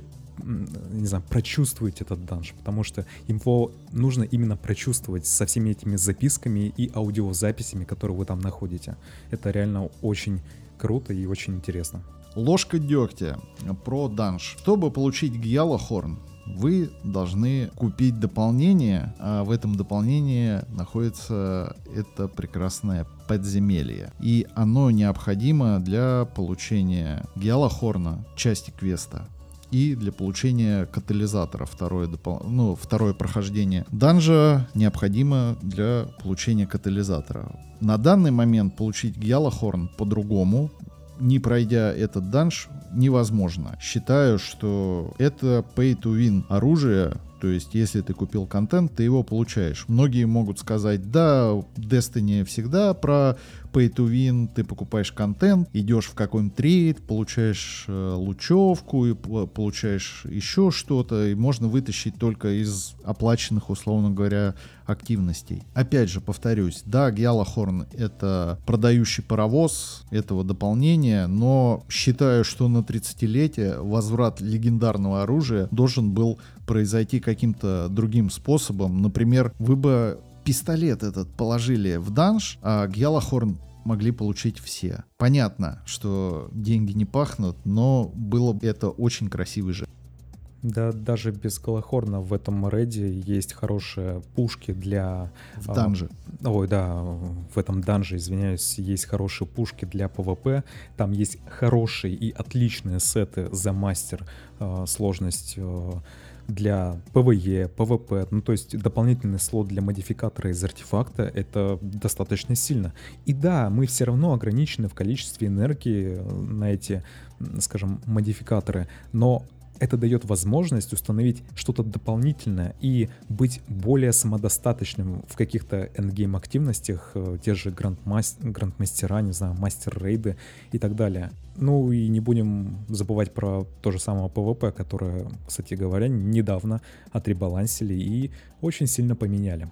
не знаю, прочувствовать этот данж, потому что его нужно именно прочувствовать со всеми этими записками и аудиозаписями, которые вы там находите. Это реально очень круто и очень интересно. Ложка дегтя про данж. Чтобы получить Гьялахорн, вы должны купить дополнение, а в этом дополнении находится это прекрасное подземелье. И оно необходимо для получения Гьялахорна, части квеста, и для получения катализатора. Второе, допол... ну, второе прохождение данжа необходимо для получения катализатора. На данный момент получить Гьялахорн по-другому, не пройдя этот данж, невозможно. Считаю, что это pay to win оружие. То есть, если ты купил контент, ты его получаешь. Многие могут сказать, да, Destiny всегда про pay to win, ты покупаешь контент, идешь в какой-нибудь трейд, получаешь э, лучевку, и получаешь еще что-то, и можно вытащить только из оплаченных, условно говоря, активностей. Опять же, повторюсь, да, Гьялахорн — это продающий паровоз этого дополнения, но считаю, что на тридцатилетие возврат легендарного оружия должен был произойти каким-то другим способом. Например, вы бы пистолет этот положили в данж, а Гьялахорн могли получить все. Понятно, что деньги не пахнут, но было бы это очень красивый же. Да, даже без Гьялахорна в этом рейде есть хорошие пушки для... В данже. А, ой, да, в этом данже, извиняюсь, есть хорошие пушки для пэ вэ пэ. Там есть хорошие и отличные сеты за мастер, а, сложность а, для пэ вэ е, пэ вэ пэ. Ну, то есть дополнительный слот для модификатора из артефакта — это достаточно сильно. И да, мы все равно ограничены в количестве энергии на эти, скажем, модификаторы, но это дает возможность установить что-то дополнительное и быть более самодостаточным в каких-то эндгейм активностях, те же грандмастера, грандмастера, не знаю, мастер-рейды и так далее. Ну и не будем забывать про то же самое пэ вэ пэ, которое, кстати говоря, недавно отребалансили и очень сильно поменяли.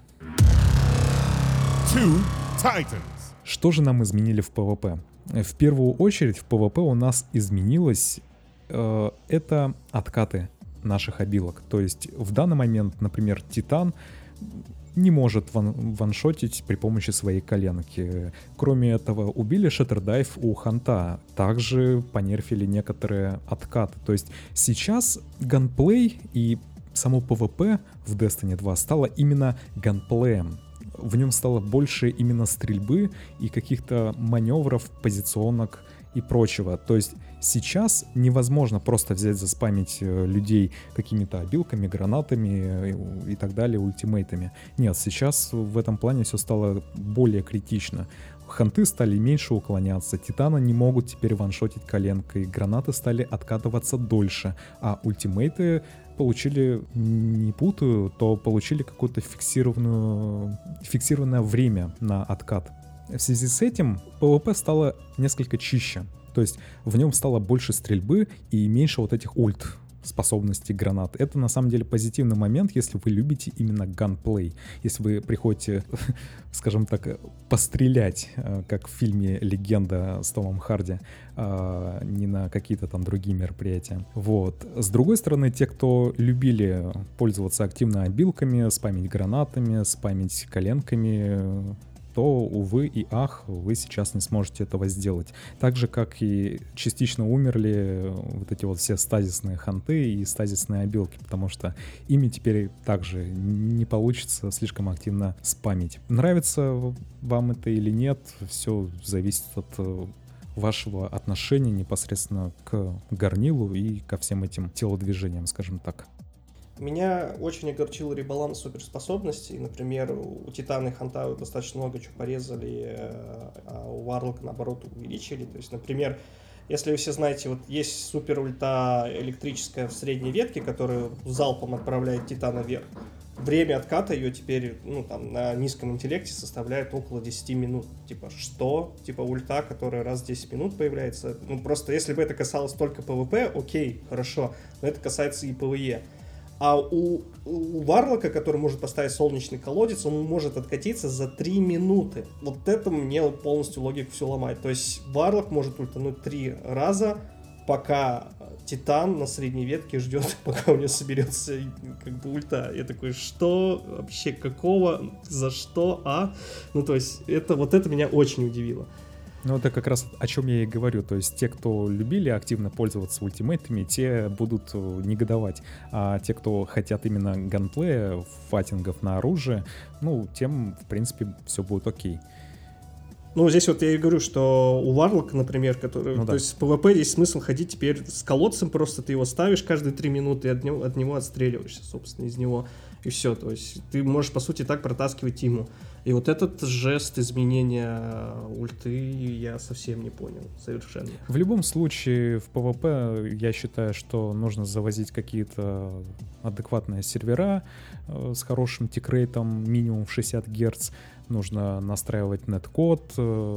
Two Titans. Что же нам изменили в пэ вэ пэ? В первую очередь в пэ вэ пэ у нас изменилось это откаты наших обилок. То есть в данный момент, например, Титан не может ван- ваншотить при помощи своей коленки. Кроме этого, убили Шаттердайв у Ханта. Также понерфили некоторые откаты. То есть сейчас ганплей и само пэ вэ пэ в Destiny два стало именно ганплеем. В нем стало больше именно стрельбы и каких-то маневров, позиционок и прочего. То есть сейчас невозможно просто взять, заспамить людей какими-то обилками, гранатами и так далее, ультимейтами. Нет, сейчас в этом плане все стало более критично. Ханты стали меньше уклоняться, титаны не могут теперь ваншотить коленкой, гранаты стали откатываться дольше, а ультимейты получили, не путаю, то получили какое-то фиксированную, фиксированное время на откат. В связи с этим пэ вэ пэ стало несколько чище. То есть в нем стало больше стрельбы и меньше вот этих ульт способностей гранат. Это на самом деле позитивный момент, если вы любите именно ганплей. Если вы приходите, скажем так, пострелять, как в фильме «Легенда» с Томом Харди, а не на какие-то там другие мероприятия. Вот. С другой стороны, те, кто любили пользоваться активно обилками, спамить гранатами, спамить коленками, то, увы и ах, вы сейчас не сможете этого сделать. Так же, как и частично умерли вот эти вот все стазисные ханты и стазисные обилки, потому что ими теперь также не получится слишком активно спамить. Нравится вам это или нет, все зависит от вашего отношения непосредственно к горнилу и ко всем этим телодвижениям, скажем так. Меня очень огорчил ребаланс суперспособностей. Например, у Титана и Хантау достаточно много чего порезали, а у Варлока, наоборот, увеличили. То есть, например, если вы все знаете, вот есть супер ульта электрическая в средней ветке, которая залпом отправляет Титана вверх. Время отката ее теперь, ну, там, на низком интеллекте составляет около десять минут. Типа, что? Типа, ульта, которая раз в десять минут появляется. Ну, просто, если бы это касалось только ПВП, окей, хорошо. Но это касается и ПВЕ. А у, у Варлока, который может поставить солнечный колодец, он может откатиться за три минуты. Вот это мне полностью логику все ломает. То есть Варлок может ультануть три раза, пока Титан на средней ветке ждет, пока у него соберется как бы ульта. Я такой, что? Вообще какого? За что? А? Ну, то есть, это, вот это меня очень удивило. Ну, это как раз о чем я и говорю. То есть те, кто любили активно пользоваться ультимейтами, те будут негодовать. А те, кто хотят именно ганплея, файтингов на оружие, ну, тем, в принципе, все будет окей. Ну, здесь вот я и говорю, что у Варлока, например, который, ну, то да. есть в ПВП есть смысл ходить теперь с колодцем, просто ты его ставишь каждые три минуты и от него, от него отстреливаешься, собственно, из него, и все. То есть ты можешь, по сути, так протаскивать тиму. И вот этот жест изменения ульты я совсем не понял, совершенно. В любом случае, в ПВП я считаю, что нужно завозить какие-то адекватные сервера э, с хорошим тикрейтом, минимум в шестьдесят герц. Нужно настраивать неткод,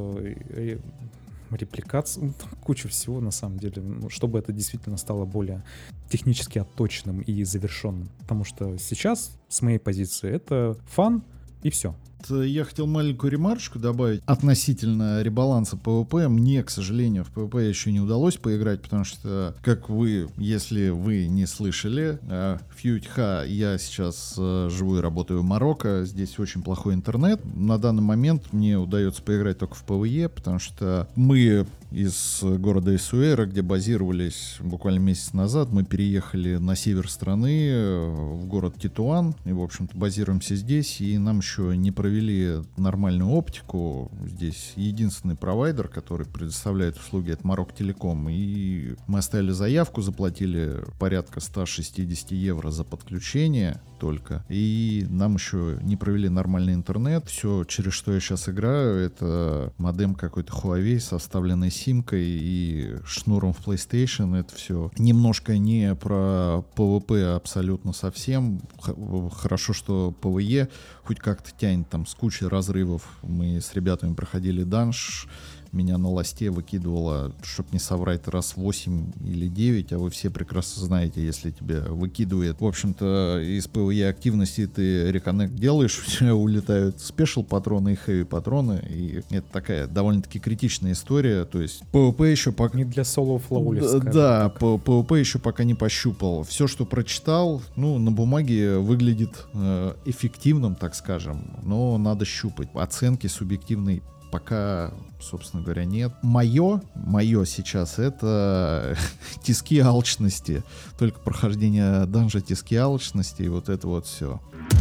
э, репликацию, кучу всего на самом деле, чтобы это действительно стало более технически отточенным и завершенным. Потому что сейчас, с моей позиции, это фан и все. Я хотел маленькую ремарочку добавить относительно ребаланса ПВП. Мне, к сожалению, в ПВП еще не удалось поиграть, потому что, как вы, если вы не слышали, в Фьють-Ха я сейчас живу и работаю в Марокко. Здесь очень плохой интернет. На данный момент мне удается поиграть только в ПВЕ, потому что мы из города Эссуэра, где базировались буквально месяц назад, мы переехали на север страны, в город Тетуан, и, в общем-то, базируемся здесь, и нам еще не провели нормальную оптику. Здесь единственный провайдер, который предоставляет услуги, это Марокко-Телеком, и мы оставили заявку, заплатили порядка сто шестьдесят евро за подключение только, и нам еще не провели нормальный интернет. Все, через что я сейчас играю, это модем какой-то Huawei, составленный симкой и шнуром в PlayStation. Это все немножко не про PvP абсолютно совсем. Хорошо, что PvE хоть как-то тянет там с кучей разрывов. Мы с ребятами проходили данж, меня на ласте выкидывало, чтоб не соврать, раз восемь или девять, а вы все прекрасно знаете, если тебя выкидывает. В общем-то, из PvE активности ты реконнект делаешь, у тебя улетают спешл патроны и хэви патроны, и это такая довольно-таки критичная история, то есть PvP еще пока... Не для соло-флоули, скажем Да, так. PvP еще пока не пощупал. Все, что прочитал, ну, на бумаге выглядит э, эффективным, так скажем, но надо щупать. Оценки субъективной пока, собственно говоря, нет. Мое, мое сейчас это тиски алчности. Только прохождение данжа, тиски алчности и вот это вот все.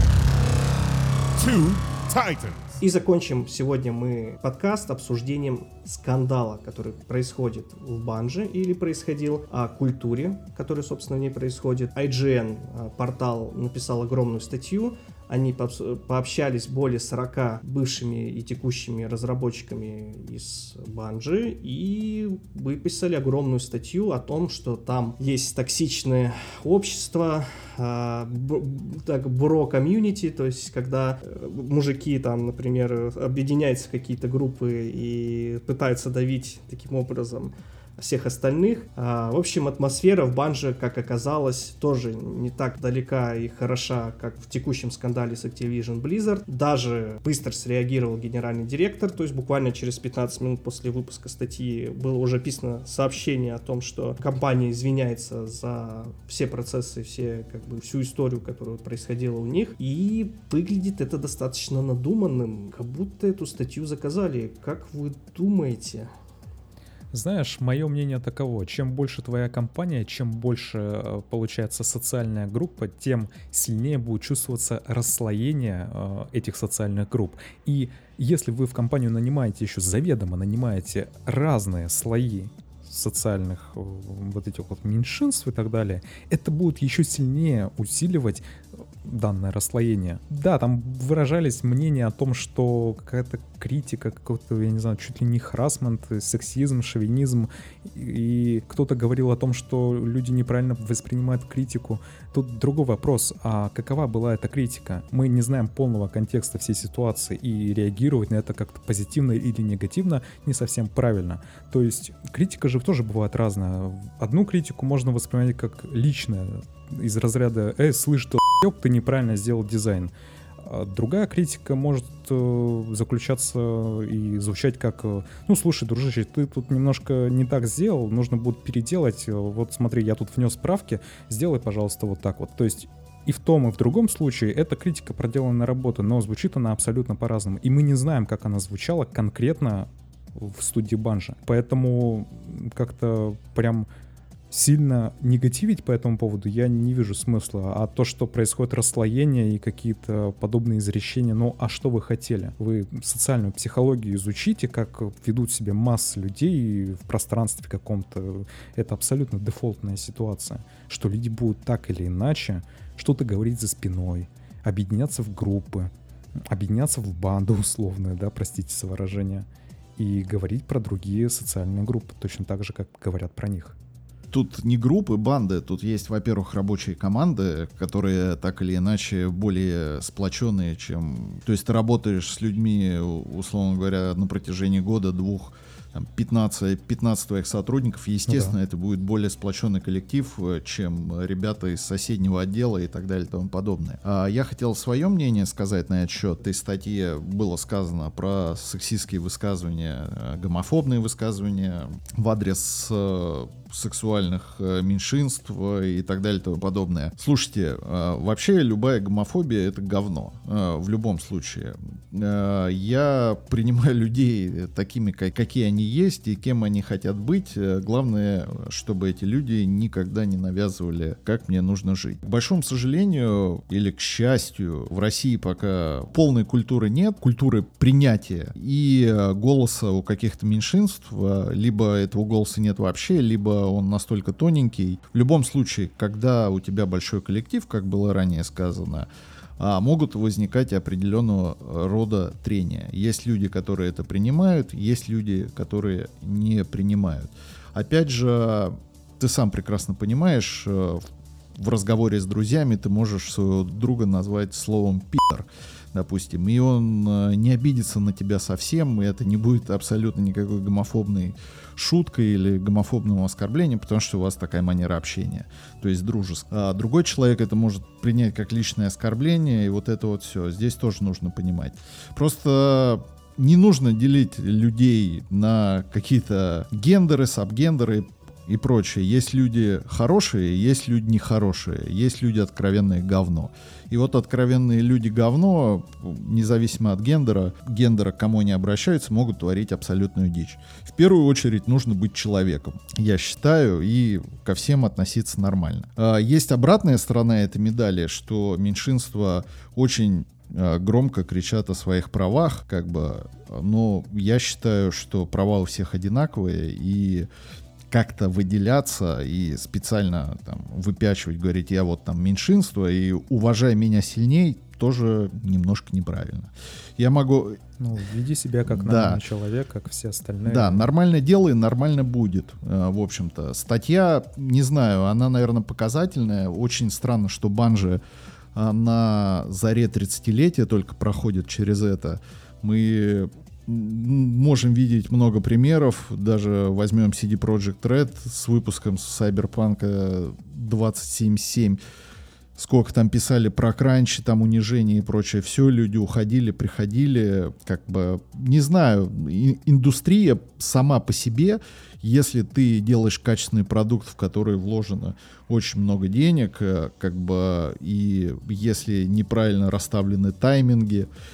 Two Titans. И закончим сегодня мы подкаст обсуждением скандала, который происходит в Банже или происходил, о культуре, которая, собственно, в ней происходит. ай джи эн портал написал огромную статью. Они пообщались более сорока бывшими и текущими разработчиками из Банжи и выписали огромную статью о том, что там есть токсичное общество, так, бро-комьюнити, то есть когда мужики там, например, объединяются в какие-то группы и пытаются давить таким образом всех остальных. А, в общем, атмосфера в Банже, как оказалось, тоже не так далека и хороша, как в текущем скандале с Activision Blizzard. Даже быстро среагировал генеральный директор, то есть буквально через пятнадцать минут после выпуска статьи было уже писано сообщение о том, что компания извиняется за все процессы, все, как бы, всю историю, которая происходила у них. И выглядит это достаточно надуманным, как будто эту статью заказали. Как вы думаете? Знаешь, мое мнение таково: чем больше твоя компания, чем больше получается социальная группа, тем сильнее будет чувствоваться расслоение э, этих социальных групп. И если вы в компанию нанимаете, еще заведомо нанимаете разные слои социальных вот этих вот меньшинств и так далее, это будет еще сильнее усиливать данное расслоение. Да, там выражались мнения о том, что какая-то критика, какой-то, я не знаю, чуть ли не харассмент, сексизм, шовинизм, и кто-то говорил о том, что люди неправильно воспринимают критику. Тут другой вопрос: а какова была эта критика? Мы не знаем полного контекста всей ситуации, и реагировать на это как-то позитивно или негативно не совсем правильно. То есть критика же тоже бывает разная. Одну критику можно воспринимать как личное, из разряда «Эй, слышь, ты еб, ты неправильно сделал дизайн». А другая критика может э, заключаться и звучать как э, «Ну, слушай, дружище, ты тут немножко не так сделал, нужно будет переделать, вот смотри, я тут внес правки, сделай, пожалуйста, вот так вот». То есть и в том, и в другом случае это критика проделанной работы, но звучит она абсолютно по-разному. И мы не знаем, как она звучала конкретно в студии Bungie. Поэтому как-то прям сильно негативить по этому поводу я не вижу смысла. А то, что происходит расслоение и какие-то подобные изречения, ну а что вы хотели? Вы социальную психологию изучите, как ведут себя массы людей в пространстве каком-то. Это абсолютно дефолтная ситуация, что люди будут так или иначе что-то говорить за спиной, объединяться в группы, объединяться в банду условные, да, простите за выражение, и говорить про другие социальные группы, точно так же, как говорят про них. Тут не группы, банды, тут есть, во-первых, рабочие команды, которые так или иначе более сплоченные, чем... То есть ты работаешь с людьми, условно говоря, на протяжении года, двух, там, пятнадцать, пятнадцать твоих сотрудников, естественно, ну да. Это будет более сплоченный коллектив, чем ребята из соседнего отдела и так далее и тому подобное. А я хотел свое мнение сказать на этот счет. В этой статье было сказано про сексистские высказывания, гомофобные высказывания в адрес сексуальных меньшинств и так далее и тому подобное. Слушайте, вообще любая гомофобия — это говно. В любом случае. Я принимаю людей такими, какие они есть и кем они хотят быть. Главное, чтобы эти люди никогда не навязывали, как мне нужно жить. К большому сожалению или к счастью, в России пока полной культуры нет, культуры принятия и голоса у каких-то меньшинств. Либо этого голоса нет вообще, либо он настолько тоненький. В любом случае, когда у тебя большой коллектив, как было ранее сказано, могут возникать определенного рода трения. Есть люди, которые это принимают, есть люди, которые не принимают. Опять же, ты сам прекрасно понимаешь, в разговоре с друзьями ты можешь своего друга назвать словом «пидор», допустим, и он не обидится на тебя совсем, и это не будет абсолютно никакой гомофобной шуткой или гомофобным оскорблением, потому что у вас такая манера общения, то есть дружеская. А другой человек это может принять как личное оскорбление, и вот это вот все. Здесь тоже нужно понимать. Просто не нужно делить людей на какие-то гендеры, сабгендеры и прочее. Есть люди хорошие, есть люди нехорошие, есть люди откровенные говно. И вот откровенные люди говно, независимо от гендера, гендера, к кому они обращаются, могут творить абсолютную дичь. В первую очередь нужно быть человеком, я считаю, и ко всем относиться нормально. Есть обратная сторона этой медали, что меньшинства очень громко кричат о своих правах, как бы, но я считаю, что права у всех одинаковые, и как-то выделяться и специально там выпячивать, говорить, я вот там меньшинство, и уважай меня сильней, тоже немножко неправильно. Я могу... Ну, веди себя как да. нормальный человек, как все остальные. Да, нормально делай, нормально будет, в общем-то. Статья, не знаю, она, наверное, показательная. Очень странно, что Bungie на заре тридцатилетия только проходит через это. Мы... можем видеть много примеров. Даже возьмем си ди Projekt Red с выпуском Cyberpunk двадцать семьдесят семь. Сколько там писали про кранчи, там унижение и прочее. Все, люди уходили, приходили. Как бы, не знаю, и, индустрия сама по себе, если ты делаешь качественный продукт, в который вложено очень много денег, как бы, и если неправильно расставлены тайминги,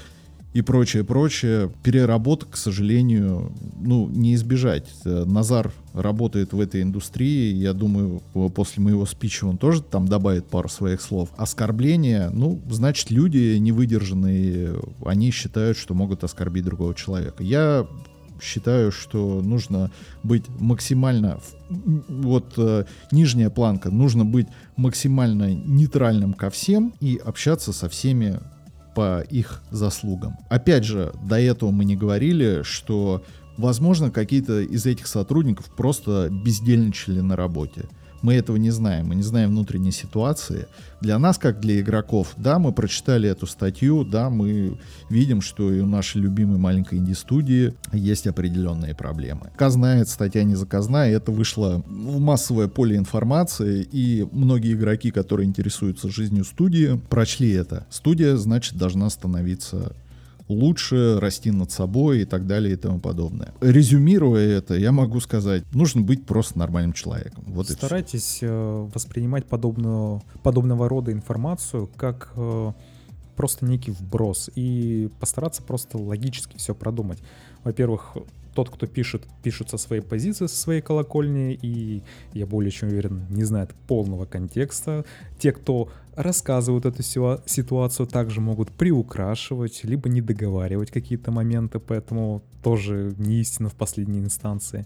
и прочее, прочее. Переработок, к сожалению, ну, не избежать. Назар работает в этой индустрии, я думаю, после моего спича он тоже там добавит пару своих слов. Оскорбления, ну, значит, люди невыдержанные, они считают, что могут оскорбить другого человека. Я считаю, что нужно быть максимально, вот э, нижняя планка, нужно быть максимально нейтральным ко всем и общаться со всеми по их заслугам. Опять же, до этого мы не говорили, что, возможно, какие-то из этих сотрудников просто бездельничали на работе. Мы этого не знаем, мы не знаем внутренней ситуации. Для нас, как для игроков, да, мы прочитали эту статью, да, мы видим, что и у нашей любимой маленькой инди-студии есть определенные проблемы. Заказная статья не заказная, это вышло в массовое поле информации, и многие игроки, которые интересуются жизнью студии, прочли это. Студия, значит, должна становиться лучше, расти над собой и так далее и тому подобное. Резюмируя это, я могу сказать, нужно быть просто нормальным человеком. Вот Старайтесь воспринимать подобную, подобного рода информацию как э, просто некий вброс и постараться просто логически все продумать. Во-первых, тот, кто пишет, пишет со своей позиции, со своей колокольни, и, я более чем уверен, не знает полного контекста. Те, кто рассказывают эту ситуацию, также могут приукрашивать, либо не договаривать какие-то моменты, поэтому тоже не истина в последней инстанции.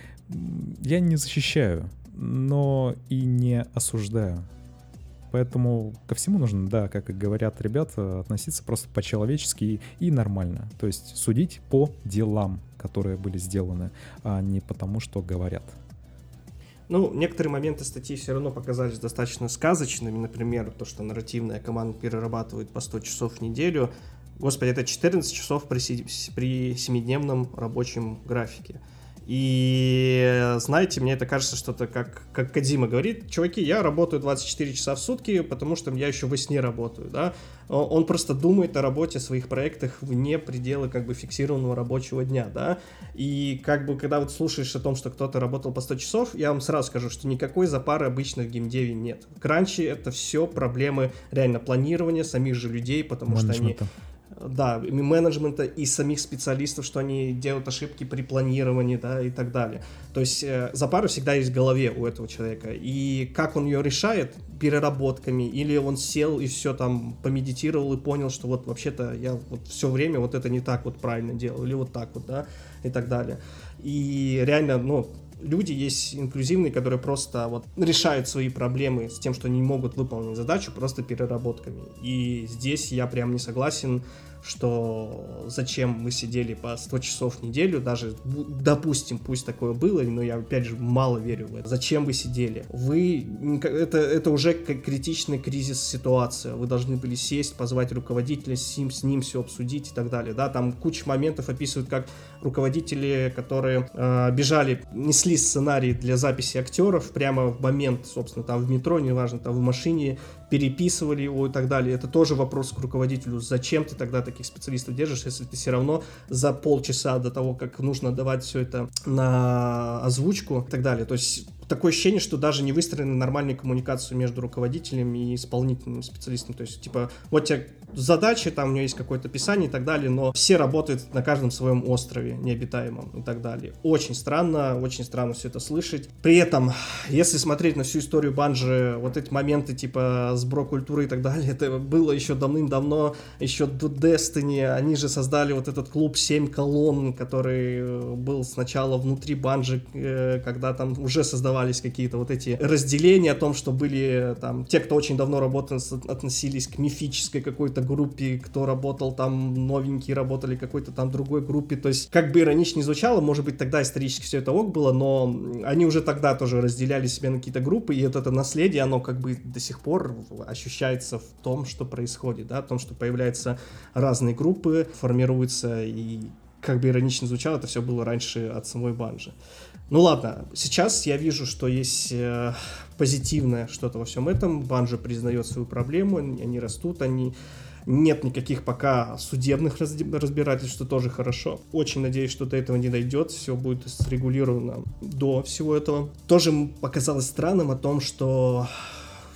Я не защищаю, но и не осуждаю. Поэтому ко всему нужно, да, как и говорят ребята, относиться просто по-человечески и, и нормально. То есть судить по делам, которые были сделаны, а не потому, что говорят. Ну, некоторые моменты статьи все равно показались достаточно сказочными. Например, то, что нарративная команда перерабатывает по сто часов в неделю. Господи, это четырнадцать часов при, при семидневном рабочем графике. И, знаете, мне это кажется что-то, как, как Кодзима говорит: чуваки, я работаю двадцать четыре часа в сутки, потому что я еще во сне работаю, да. Он просто думает о работе, о своих проектах вне предела как бы фиксированного рабочего дня, да. И как бы, когда вот слушаешь о том, что кто-то работал по сто часов, я вам сразу скажу, что никакой запары обычно в геймдеве нет. Кранчи — это все проблемы реально планирования самих же людей, потому что они... Да, менеджмента и самих специалистов, что они делают ошибки при планировании, да, и так далее. То есть э, запара всегда есть в голове у этого человека. И как он ее решает? Переработками. Или он сел и все там помедитировал и понял, что вот вообще-то я вот все время вот это не так вот правильно делал. Или вот так вот, да, и так далее. И реально, ну... Люди есть инклюзивные, которые просто вот решают свои проблемы с тем, что они не могут выполнить задачу просто переработками. И здесь я прям не согласен, что зачем мы сидели по сто часов в неделю, даже, допустим, пусть такое было, но я, опять же, мало верю в это. Зачем вы сидели? Вы, это, это уже критичный кризис ситуация. Вы должны были сесть, позвать руководителя, с ним, с ним все обсудить и так далее. Да, там куча моментов описывают, как руководители, которые э, бежали, несли сценарий для записи актеров прямо в момент, собственно, там в метро, неважно, там в машине, переписывали его и так далее. Это тоже вопрос к руководителю. Зачем ты тогда таких специалистов держишь, если ты все равно за полчаса до того, как нужно давать все это на озвучку и так далее. То есть такое ощущение, что даже не выстроена нормальная коммуникация между руководителем и исполнительным специалистом. То есть, типа, вот у тебя задачи, там у него есть какое-то описание и так далее, но все работают на каждом своем острове необитаемом и так далее. Очень странно, очень странно все это слышать. При этом, если смотреть на всю историю Bungie, вот эти моменты, типа, сбро культуры и так далее, это было еще давным-давно, еще до Destiny. Они же создали вот этот клуб семь колонн, который был сначала внутри Bungie, когда там уже создавали какие-то вот эти разделения о том, что были там те, кто очень давно работал, относились к мифической какой-то группе, кто работал там, новенькие работали в какой-то там другой группе. То есть, как бы иронично не звучало, может быть, тогда исторически все это ок было, но они уже тогда тоже разделяли себя на какие-то группы, и вот это наследие, оно как бы до сих пор ощущается в том, что происходит, да, в том, что появляются разные группы, формируются, и как бы иронично звучало, это все было раньше от самой Bungie. Ну ладно, сейчас я вижу, что есть э, позитивное что-то во всем этом. Bungie признает свою проблему, они, они растут, они... Нет никаких пока судебных разбирательств, что тоже хорошо. Очень надеюсь, что до этого не дойдет, все будет срегулировано до всего этого. Тоже показалось странным о том, что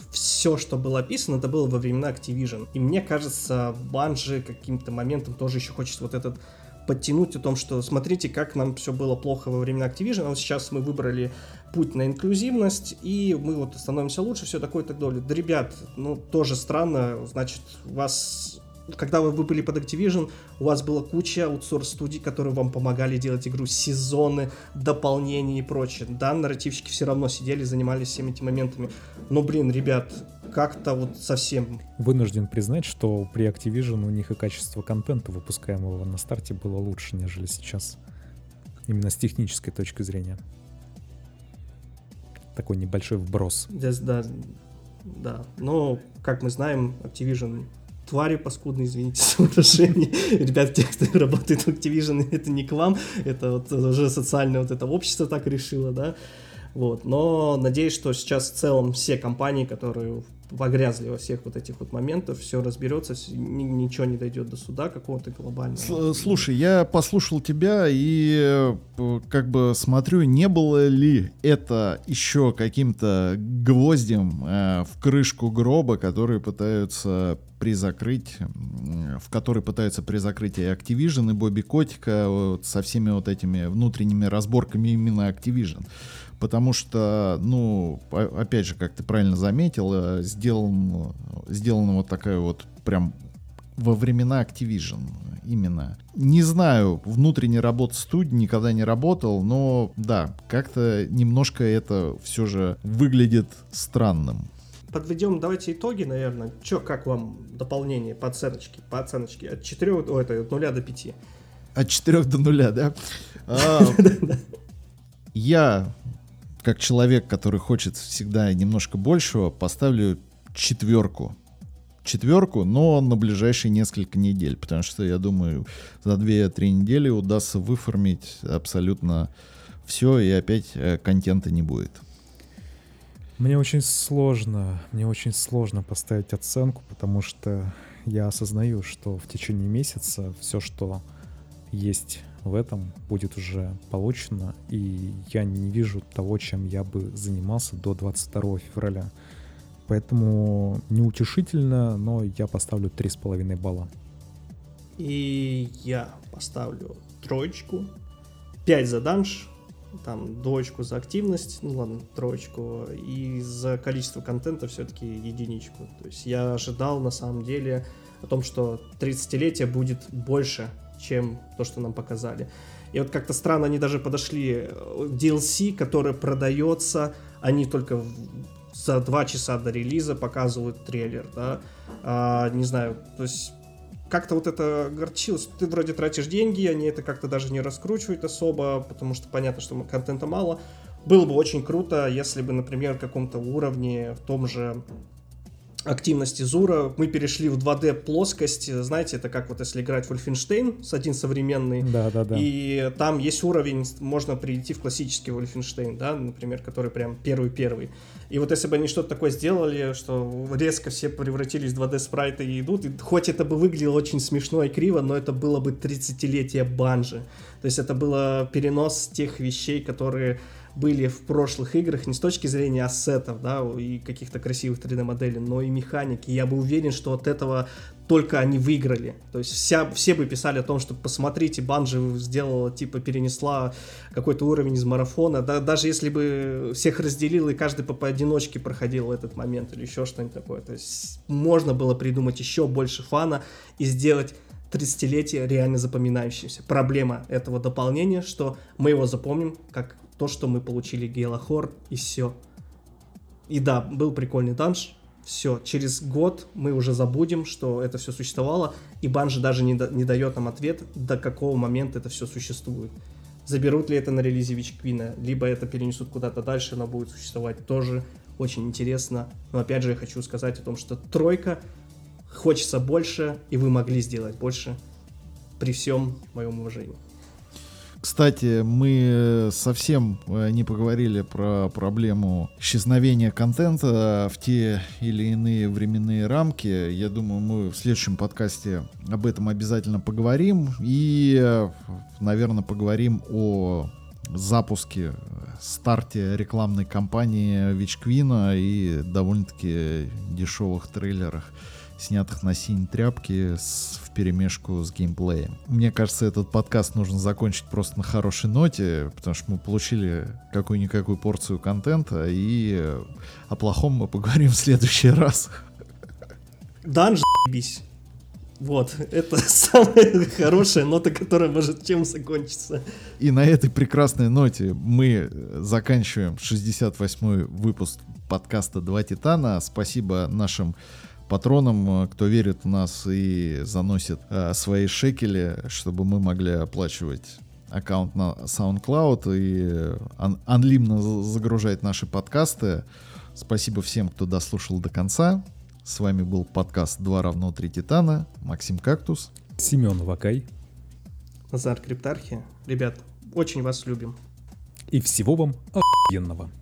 все, что было описано, это было во времена Activision. И мне кажется, Bungie каким-то моментом тоже еще хочет вот этот подтянуть о том, что смотрите, как нам все было плохо во времена Activision, а вот сейчас мы выбрали путь на инклюзивность, и мы вот становимся лучше, все такое и так далее. Да, ребят, ну, тоже странно, значит, у вас... Когда вы были под Activision, у вас была куча аутсорс-студий, которые вам помогали делать игру, сезоны, дополнения и прочее. Да, нарративщики все равно сидели, занимались всеми этими моментами. Но, блин, ребят, как-то вот совсем... Вынужден признать, что при Activision у них и качество контента, выпускаемого на старте, было лучше, нежели сейчас. Именно с технической точки зрения. Такой небольшой вброс. Да, да, да. Но, как мы знаем, Activision... твари паскудные, извините за выражение. Ребят, те, кто работает в Activision, это не к вам, это вот уже социальное вот это общество так решило, да. Вот. Но надеюсь, что сейчас в целом все компании, которые погрязли во всех вот этих вот моментах, все разберется, ничего не дойдет до суда какого-то глобального. Слушай, я послушал тебя и как бы смотрю, не было ли это еще каким-то гвоздем э, в крышку гроба, которые пытаются призакрыть, в который пытаются призакрыть и Activision, и Бобби Котика вот, со всеми вот этими внутренними разборками именно Activision. Потому что, ну, опять же, как ты правильно заметил, сделан, сделана вот такая вот прям во времена Activision именно. Не знаю, внутренней работы студии никогда не работал, но да, как-то немножко это все же выглядит странным. Подведем, давайте итоги, наверное. Че, как вам дополнение по оценочке? По оценочке от четырех, о, это от нуля до пяти. От четырех до нуля, да? Я, как человек, который хочет всегда немножко большего, поставлю четверку. Четверку, но на ближайшие несколько недель, потому что, я думаю, за две-три недели удастся выформить абсолютно все, и опять контента не будет. Мне очень сложно, мне очень сложно поставить оценку, потому что я осознаю, что в течение месяца все, что есть в этом, будет уже получено, и я не вижу того, чем я бы занимался до двадцать второго февраля. Поэтому неутешительно, но я поставлю три с половиной балла. И я поставлю троечку, пять за данж, там двоечку за активность, ну ладно, троечку, и за количество контента все-таки единичку. То есть я ожидал на самом деле о том, что тридцатилетие будет больше, чем то, что нам показали. И вот как-то странно они даже подошли к ди эл си, который продается, они только за два часа до релиза показывают трейлер, да, а, не знаю, то есть как-то вот это огорчилось. Ты вроде тратишь деньги, они это как-то даже не раскручивают особо, потому что понятно, что контента мало. Было бы очень круто, если бы, например, в каком-то уровне, в том же активности Зура, мы перешли в два дэ плоскость. Знаете, это как вот если играть в Wolfenstein с один современный, да, да, да. И там есть уровень, можно перейти в классический Wolfenstein, да, например, который прям первый-первый. И вот если бы они что-то такое сделали, что резко все превратились в два дэ спрайты и идут, и хоть это бы выглядело очень смешно и криво, но это было бы тридцатилетие Bungie. То есть это было перенос тех вещей, которые были в прошлых играх, не с точки зрения ассетов, да, и каких-то красивых три дэ-моделей, но и механики. Я бы уверен, что от этого только они выиграли. То есть вся, все бы писали о том, что посмотрите, Bungie сделала, типа, перенесла какой-то уровень из марафона. Да, даже если бы всех разделила и каждый по поодиночке проходил этот момент или еще что-нибудь такое. То есть можно было придумать еще больше фана и сделать тридцатилетие реально запоминающимся. Проблема этого дополнения, что мы его запомним как то, что мы получили Гейлахор, и все. И да, был прикольный данж, все, через год мы уже забудем, что это все существовало, и Bungie даже не, да, не дает нам ответ, до какого момента это все существует. Заберут ли это на релизе Witch Queen, либо это перенесут куда-то дальше, оно будет существовать, тоже очень интересно. Но опять же я хочу сказать о том, что тройка, хочется больше, и вы могли сделать больше, при всем моем уважении. Кстати, мы совсем не поговорили про проблему исчезновения контента в те или иные временные рамки. Я думаю, мы в следующем подкасте об этом обязательно поговорим. И, наверное, поговорим о запуске, старте рекламной кампании Вичквина и довольно-таки дешевых трейлерах, снятых на синей тряпке с, вперемешку с геймплеем. Мне кажется, этот подкаст нужно закончить просто на хорошей ноте, потому что мы получили какую-никакую порцию контента, и о плохом мы поговорим в следующий раз. Данж, ебись. Вот, это самая хорошая нота, которая может чем закончиться. И на этой прекрасной ноте мы заканчиваем шестьдесят восьмой выпуск подкаста «Два Титана». Спасибо нашим патронам, кто верит в нас и заносит э, свои шекели, чтобы мы могли оплачивать аккаунт на SoundCloud и ан- анлимно загружать наши подкасты. Спасибо всем, кто дослушал до конца. С вами был подкаст «Два равно три Титана». Максим Кактус. Семен Вакай. Назар Криптархи. Ребят, очень вас любим. И всего вам охуенного.